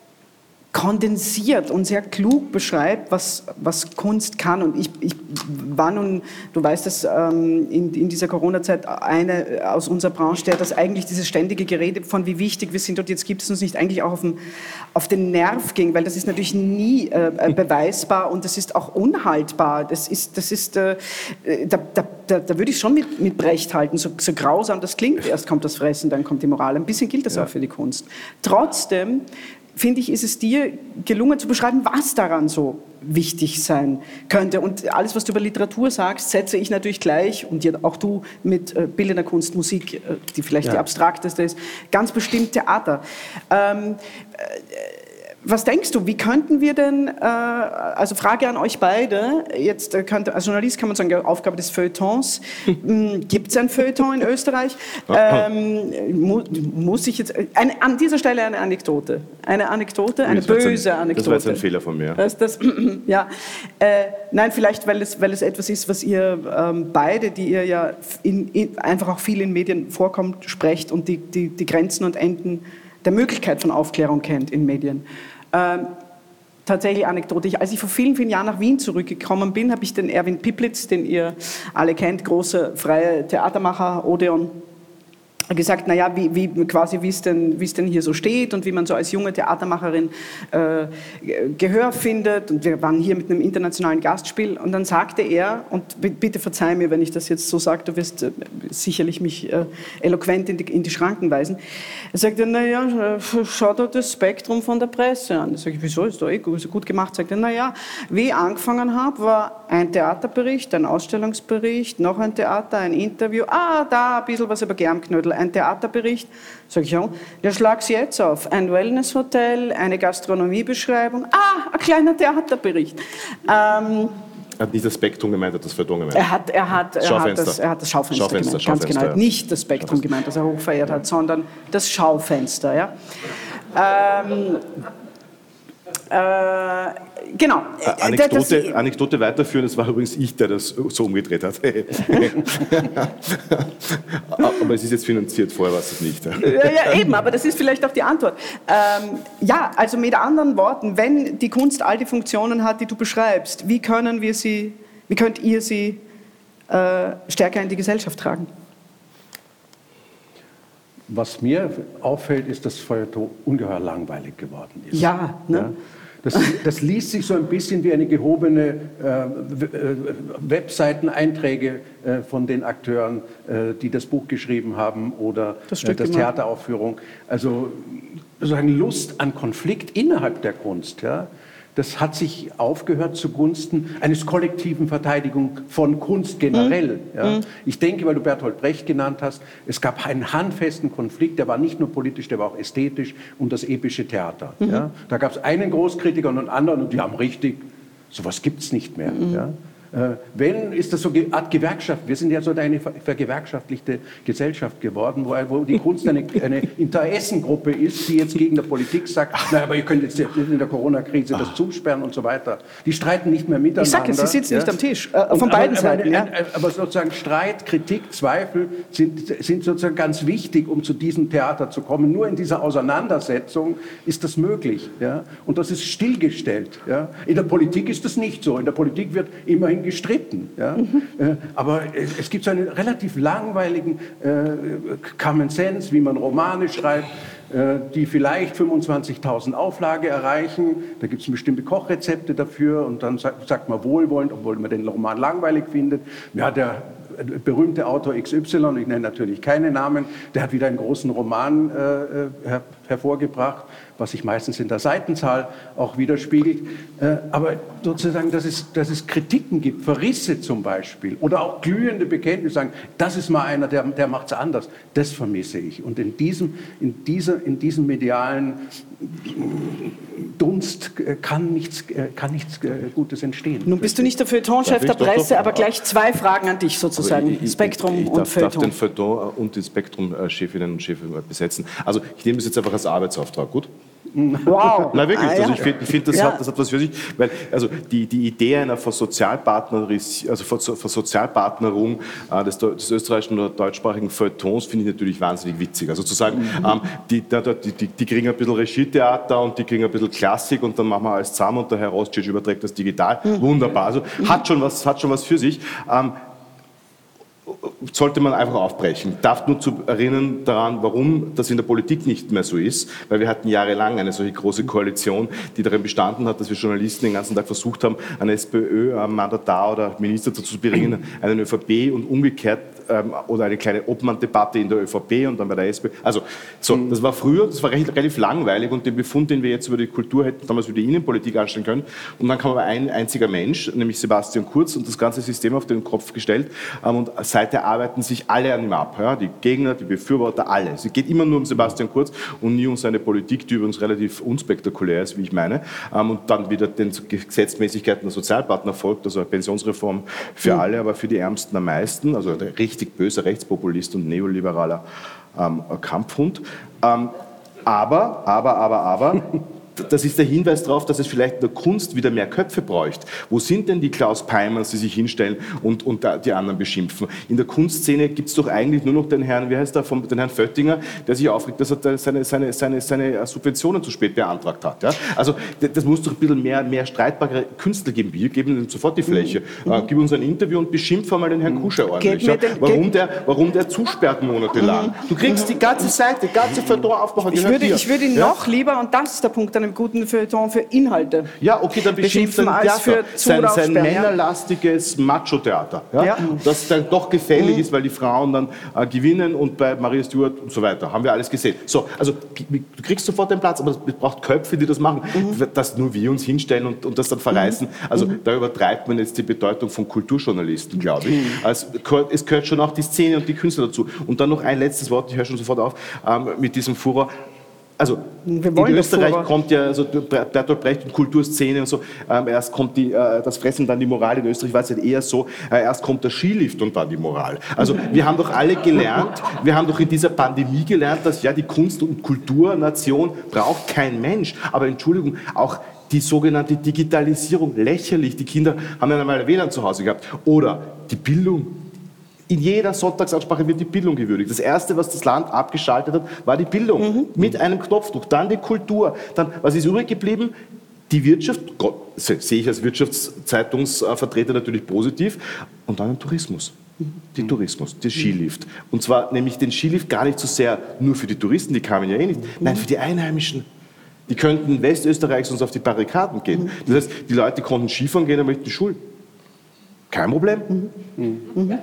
Speaker 1: kondensiert und sehr klug beschreibt, was, was Kunst kann. Und ich, ich war nun, du weißt es, ähm, in, in dieser Corona-Zeit eine aus unserer Branche, der das eigentlich dieses ständige Gerede von wie wichtig wir sind und jetzt gibt es uns nicht eigentlich auch auf den, auf den Nerv ging, weil das ist natürlich nie äh, beweisbar und das ist auch unhaltbar. Das ist, das ist, äh, da, da, da, da würde ich schon mit, mit Brecht halten, so, so grausam das klingt. Erst kommt das Fressen, dann kommt die Moral. Ein bisschen gilt das ja auch für die Kunst. Trotzdem finde ich, ist es dir gelungen zu beschreiben, was daran so wichtig sein könnte. Und alles, was du über Literatur sagst, setze ich natürlich gleich, und auch du mit äh, bildender Kunst, Musik, äh, die vielleicht ja. die abstrakteste ist, ganz bestimmt Theater. Ähm, äh, Was denkst du, wie könnten wir denn, äh, also Frage an euch beide, jetzt äh, könnte, als Journalist kann man sagen, Aufgabe des Feuilletons, gibt es ein Feuilleton in Österreich? Ähm, mu muss ich jetzt, eine, an dieser Stelle eine Anekdote, eine Anekdote, eine böse
Speaker 4: ein,
Speaker 1: Anekdote.
Speaker 4: Das war jetzt ein Fehler von mir.
Speaker 1: Das, das, ja, äh, nein, vielleicht, weil es, weil es etwas ist, was ihr ähm, beide, die ihr ja in, in, einfach auch viel in Medien vorkommt, sprecht und die, die, die Grenzen und Enden der Möglichkeit von Aufklärung kennt in Medien. Ähm, tatsächlich Anekdote. Ich, als ich vor vielen, vielen Jahren nach Wien zurückgekommen bin, habe ich den Erwin Piplitz, den ihr alle kennt, großer freie Theatermacher, Odeon, gesagt, naja, wie, wie, quasi wie es denn, wie es denn hier so steht und wie man so als junge Theatermacherin äh, Gehör findet. Und wir waren hier mit einem internationalen Gastspiel und dann sagte er, und bitte verzeih mir, wenn ich das jetzt so sage, du wirst äh, sicherlich mich äh, eloquent in die, in die Schranken weisen. Er sagte, naja, schau dir das Spektrum von der Presse an. Da sage ich, wieso, ist doch eh gut, gut gemacht. Sagte, naja, wie ich angefangen habe, war ein Theaterbericht, ein Ausstellungsbericht, noch ein Theater, ein Interview, ah, da ein bisschen was über Germknödel, ein Theaterbericht. Sag ich, ja, der schlag's jetzt auf. Ein Wellnesshotel, eine Gastronomiebeschreibung. Ah, ein kleiner Theaterbericht. Ähm,
Speaker 4: Er hat nicht das Spektrum gemeint, er hat das Feuilleton gemeint.
Speaker 1: Er hat, er hat, er hat, das, er hat das Schaufenster,
Speaker 4: Schaufenster
Speaker 1: gemeint,
Speaker 4: Schaufenster,
Speaker 1: ganz genau.
Speaker 4: Ja.
Speaker 1: Nicht das Spektrum gemeint, das er hochverehrt hat, sondern das Schaufenster. Ja. Ähm, äh, genau.
Speaker 4: Anekdote,
Speaker 1: das,
Speaker 4: Anekdote weiterführen, das war übrigens ich, der das so umgedreht hat. Aber es ist jetzt finanziert, vorher war es nicht.
Speaker 1: Ja, ja, eben, aber das ist vielleicht auch die Antwort. Ähm, ja, also mit anderen Worten, wenn die Kunst all die Funktionen hat, die du beschreibst, wie können wir sie, wie könnt ihr sie äh, stärker in die Gesellschaft tragen?
Speaker 3: Was mir auffällt, ist, dass Feuilleton ungeheuer langweilig geworden ist.
Speaker 1: Ja, ne?
Speaker 3: Ja? Das, das liest sich so ein bisschen wie eine gehobene äh, Webseiteneinträge äh, von den Akteuren, äh, die das Buch geschrieben haben oder
Speaker 1: das,
Speaker 3: äh, das Theateraufführung. Also sozusagen Lust an Konflikt innerhalb der Kunst. Ja? Das hat sich aufgehört zugunsten eines kollektiven Verteidigung von Kunst generell. Mhm. Ja. Ich denke, weil du Bertolt Brecht genannt hast, es gab einen handfesten Konflikt, der war nicht nur politisch, der war auch ästhetisch, und das epische Theater. Mhm. Ja. Da gab es einen Großkritiker und einen anderen, und die haben richtig, sowas gibt es nicht mehr. Mhm. Ja. Äh, wenn, ist das so eine Art Gewerkschaft. Wir sind ja so eine vergewerkschaftlichte Gesellschaft geworden, wo, wo die Kunst eine, eine Interessengruppe ist, die jetzt gegen die Politik sagt, naja, aber ihr könnt jetzt in der Corona-Krise das zusperren und so weiter. Die streiten nicht mehr miteinander.
Speaker 1: Ich sage es, sie sitzen ja nicht am Tisch, äh, von
Speaker 3: und,
Speaker 1: beiden
Speaker 3: aber,
Speaker 1: Seiten.
Speaker 3: Aber, ja. aber sozusagen Streit, Kritik, Zweifel sind, sind sozusagen ganz wichtig, um zu diesem Theater zu kommen. Nur in dieser Auseinandersetzung ist das möglich. Ja? Und das ist stillgestellt. Ja? In der Politik ist das nicht so. In der Politik wird immerhin gestritten. Ja? Mhm. Äh, aber es, es gibt so einen relativ langweiligen äh, Common Sense, wie man Romane schreibt, äh, die vielleicht fünfundzwanzigtausend Auflage erreichen. Da gibt es bestimmte Kochrezepte dafür, und dann sagt, sagt man wohlwollend, obwohl man den Roman langweilig findet. Ja, der berühmte Autor X Y, ich nenne natürlich keine Namen, der hat wieder einen großen Roman äh, her hervorgebracht, was sich meistens in der Seitenzahl auch widerspiegelt. Äh, aber sozusagen, dass es, dass es Kritiken gibt, Verrisse zum Beispiel, oder auch glühende Bekenntnisse, sagen, das ist mal einer, der, der macht es anders, das vermisse ich. Und in diesem, in dieser, in diesem medialen Dunst kann nichts, kann nichts Gutes entstehen.
Speaker 1: Nun bist du nicht der Feuilletonchef der Presse, aber gleich zwei Fragen an dich sozusagen,
Speaker 4: ich, ich,
Speaker 1: Spektrum
Speaker 4: ich, ich
Speaker 1: und
Speaker 4: darf,
Speaker 1: Feuilleton.
Speaker 4: Ich darf den Feuilleton und die Spektrum-Chefinnen und Chefe besetzen. Also ich nehme das jetzt einfach als Arbeitsauftrag, gut?
Speaker 1: Wow.
Speaker 4: Nein, wirklich.
Speaker 1: Ah, ja.
Speaker 4: Also ich finde, find, das,
Speaker 1: ja.
Speaker 4: hat, das hat was für sich. Weil, also die, die Idee einer Versozialpartneris, also Versozialpartnerung äh, des, des österreichischen oder deutschsprachigen Feuilletons finde ich natürlich wahnsinnig witzig. Also zu sagen, mhm. ähm, die, die, die, die kriegen ein bisschen Regietheater und die kriegen ein bisschen Klassik und dann machen wir alles zusammen und der Herr Rostschitsch überträgt das digital. Mhm. Wunderbar. Also mhm. hat, schon was, hat schon was für sich. Ähm, sollte man einfach aufbrechen. Ich darf nur zu erinnern daran, warum das in der Politik nicht mehr so ist, weil wir hatten jahrelang eine solche große Koalition, die darin bestanden hat, dass wir Journalisten den ganzen Tag versucht haben, einen SPÖ-Mandatar oder Minister dazu zu bringen, einen ÖVP und umgekehrt ähm, oder eine kleine Obmann-Debatte in der ÖVP und dann bei der SPÖ. Also so, das war früher, das war recht, relativ langweilig, und den Befund, den wir jetzt über die Kultur hätten, damals über die Innenpolitik anstellen können, und dann kam aber ein einziger Mensch, nämlich Sebastian Kurz, und das ganze System auf den Kopf gestellt, ähm, und seither arbeiten sich alle an ihm ab, ja? Die Gegner, die Befürworter, alle. Es geht immer nur um Sebastian Kurz und nie um seine Politik, die übrigens relativ unspektakulär ist, wie ich meine, ähm, und dann wieder den Gesetzmäßigkeiten der Sozialpartner folgt, also eine Pensionsreform für mhm. alle, aber für die Ärmsten am meisten, also ein richtig böser Rechtspopulist und neoliberaler ähm, Kampfhund. Ähm, aber, aber, aber, aber... Das ist der Hinweis darauf, dass es vielleicht in der Kunst wieder mehr Köpfe bräuchte. Wo sind denn die Klaus Peimers, die sich hinstellen und, und die anderen beschimpfen? In der Kunstszene gibt es doch eigentlich nur noch den Herrn, wie heißt der, vom, den Herrn Föttinger, der sich aufregt, dass er seine, seine, seine, seine Subventionen zu spät beantragt hat. Ja? Also das muss doch ein bisschen mehr, mehr streitbare Künstler geben. Wir geben ihm sofort die Fläche. Mhm. Äh, gib uns ein Interview und beschimpfe mal den Herrn mhm. Kuscher ordentlich. Ja? Den, warum, der, warum der zusperrt monatelang? Mhm. Du kriegst die ganze Seite, die ganze Feuilleton aufmachen.
Speaker 1: Ich würde, ich würde ihn ja? noch lieber, und das ist der Punkt, einem guten Feuilleton für Inhalte
Speaker 4: Ja, okay, dann beschimpft
Speaker 1: beschimpfen
Speaker 4: sein
Speaker 1: als
Speaker 4: Theater.
Speaker 1: für
Speaker 4: Sein, sein
Speaker 1: Zulaufsperren, ja.
Speaker 4: männerlastiges Macho-Theater. Ja?
Speaker 1: Ja.
Speaker 4: Das dann doch gefällig ist, weil die Frauen dann äh, gewinnen und bei Maria Stuart und so weiter. Haben wir alles gesehen. So, also du kriegst sofort den Platz, aber es braucht Köpfe, die das machen.
Speaker 1: Mhm.
Speaker 4: Dass nur wir uns hinstellen und, und das dann verreißen. Also mhm. da übertreibt man jetzt die Bedeutung von Kulturjournalisten, glaube ich. Mhm. Also, es gehört schon auch die Szene und die Künstler dazu. Und dann noch ein letztes Wort, ich höre schon sofort auf, ähm, mit diesem Furor. Also in Österreich kommt ja also Bertolt Brecht und Kulturszene und so, ähm, erst kommt die, äh, das Fressen, dann die Moral. In Österreich war es halt eher so, äh, erst kommt der Skilift und dann die Moral. Also wir haben doch alle gelernt, wir haben doch in dieser Pandemie gelernt, dass ja die Kunst- und Kulturnation braucht kein Mensch. Aber Entschuldigung, auch die sogenannte Digitalisierung, lächerlich. Die Kinder haben ja einmal W L A N zu Hause gehabt. Oder die Bildung. In jeder Sonntagsansprache wird die Bildung gewürdigt. Das Erste, was das Land abgeschaltet hat, war die Bildung. Mhm. Mit einem Knopfdruck. Dann die Kultur. Dann, was ist übrig geblieben? Die Wirtschaft, Gott, sehe ich als Wirtschaftszeitungsvertreter natürlich positiv. Und dann den Tourismus. Den Tourismus, den Skilift. Und zwar nämlich den Skilift gar nicht so sehr nur für die Touristen, die kamen ja eh nicht. Nein, für die Einheimischen. Die könnten Westösterreichs uns auf die Barrikaden gehen. Das heißt, die Leute konnten Skifahren gehen, aber nicht in die Schulen. Kein Problem. Mhm. Mhm. Mhm.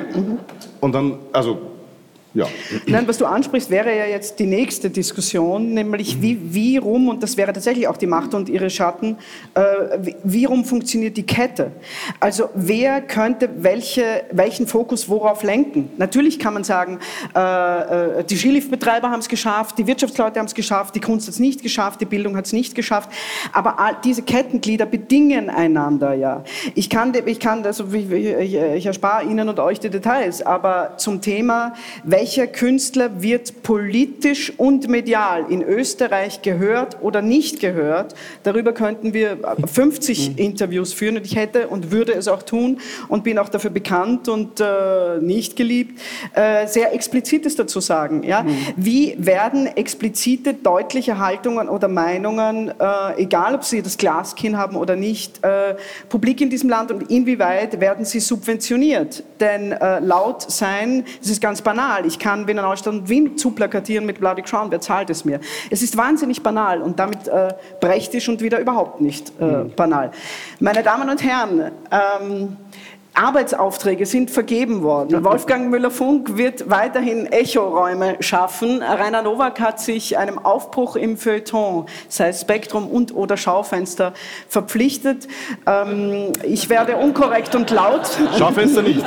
Speaker 4: Und dann, also, ja.
Speaker 1: Nein, was du ansprichst, wäre ja jetzt die nächste Diskussion, nämlich wie, wie rum, und das wäre tatsächlich auch die Macht und ihre Schatten, äh, wie, wie rum funktioniert die Kette? Also wer könnte welche, welchen Fokus worauf lenken? Natürlich kann man sagen, äh, äh, die Skiliftbetreiber haben es geschafft, die Wirtschaftsleute haben es geschafft, die Kunst hat es nicht geschafft, die Bildung hat es nicht geschafft, aber all diese Kettenglieder bedingen einander ja. Ich kann, ich kann also ich, ich, ich erspare Ihnen und euch die Details, aber zum Thema, welcher Künstler wird politisch und medial in Österreich gehört oder nicht gehört? Darüber könnten wir fünfzig Interviews führen und ich hätte und würde es auch tun und bin auch dafür bekannt und äh, nicht geliebt, äh, sehr Explizites dazu sagen. Ja? Mhm. Wie werden explizite, deutliche Haltungen oder Meinungen, äh, egal ob sie das Glaskinn haben oder nicht, äh, publik in diesem Land und inwieweit werden sie subventioniert? Denn äh, laut sein, das ist ganz banal. Ich kann Wiener Neustadt und Wien zuplakatieren mit Bloody Crown, wer zahlt es mir? Es ist wahnsinnig banal und damit äh, brechtisch und wieder überhaupt nicht äh, mhm. banal. Meine Damen und Herren, ähm, Arbeitsaufträge sind vergeben worden. Wolfgang Müller-Funk wird weiterhin Echoräume schaffen. Rainer Nowak hat sich einem Aufbruch im Feuilleton, sei es Spektrum und oder Schaufenster, verpflichtet. Ähm, ich werde unkorrekt und laut.
Speaker 4: Schaufenster nicht.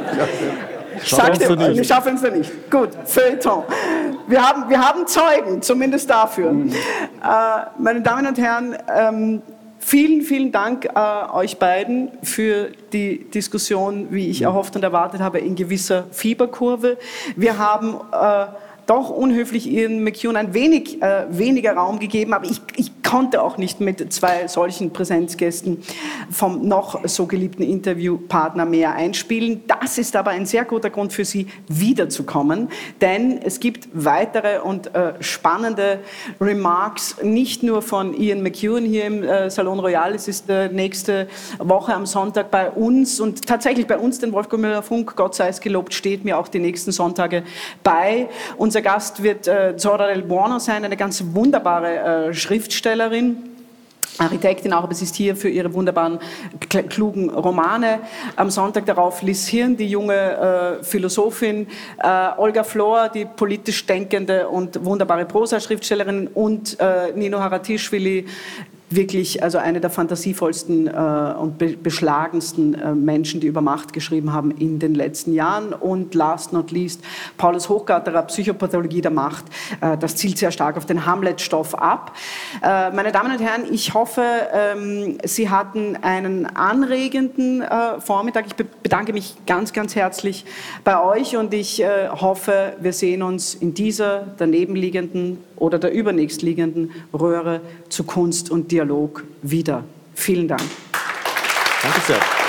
Speaker 1: Schaufenster nicht. Schaufenster nicht. Gut, Feuilleton. Wir haben, wir haben Zeugen, zumindest dafür. Mhm. Äh, meine Damen und Herren, ähm, vielen, vielen Dank äh, euch beiden für die Diskussion, wie ich erhofft und erwartet habe, in gewisser Fieberkurve. Wir haben äh, doch unhöflich Ian McEwan ein wenig äh, weniger Raum gegeben, aber ich, ich konnte auch nicht mit zwei solchen Präsenzgästen vom noch so geliebten Interviewpartner mehr einspielen. Das ist aber ein sehr guter Grund für Sie, wiederzukommen, denn es gibt weitere und äh, spannende Remarks, nicht nur von Ian McEwan hier im äh, Salon Royal, es ist äh, nächste Woche am Sonntag bei uns und tatsächlich bei uns, den Wolfgang Müller-Funk, Gott sei es gelobt, steht mir auch die nächsten Sonntage bei. Unser Gast wird äh, Zora del Buono sein, eine ganz wunderbare äh, Schriftstellerin, Architektin auch, aber sie ist hier für ihre wunderbaren, klugen Romane. Am Sonntag darauf Liz Hirn, die junge äh, Philosophin, äh, Olga Flor, die politisch denkende und wunderbare Prosa-Schriftstellerin und äh, Nino Haratischvili, wirklich also eine der fantasievollsten äh, und be beschlagensten äh, Menschen, die über Macht geschrieben haben in den letzten Jahren. Und last not least, Paulus Hochgarterer, Psychopathologie der Macht. Äh, das zielt sehr stark auf den Hamlet-Stoff ab. Äh, meine Damen und Herren, ich hoffe, ähm, Sie hatten einen anregenden äh, Vormittag. Ich be bedanke mich ganz, ganz herzlich bei euch und ich äh, hoffe, wir sehen uns in dieser danebenliegenden oder der übernächstliegenden Röhre zu Kunst und Dialog wieder. Vielen Dank.
Speaker 4: Danke sehr.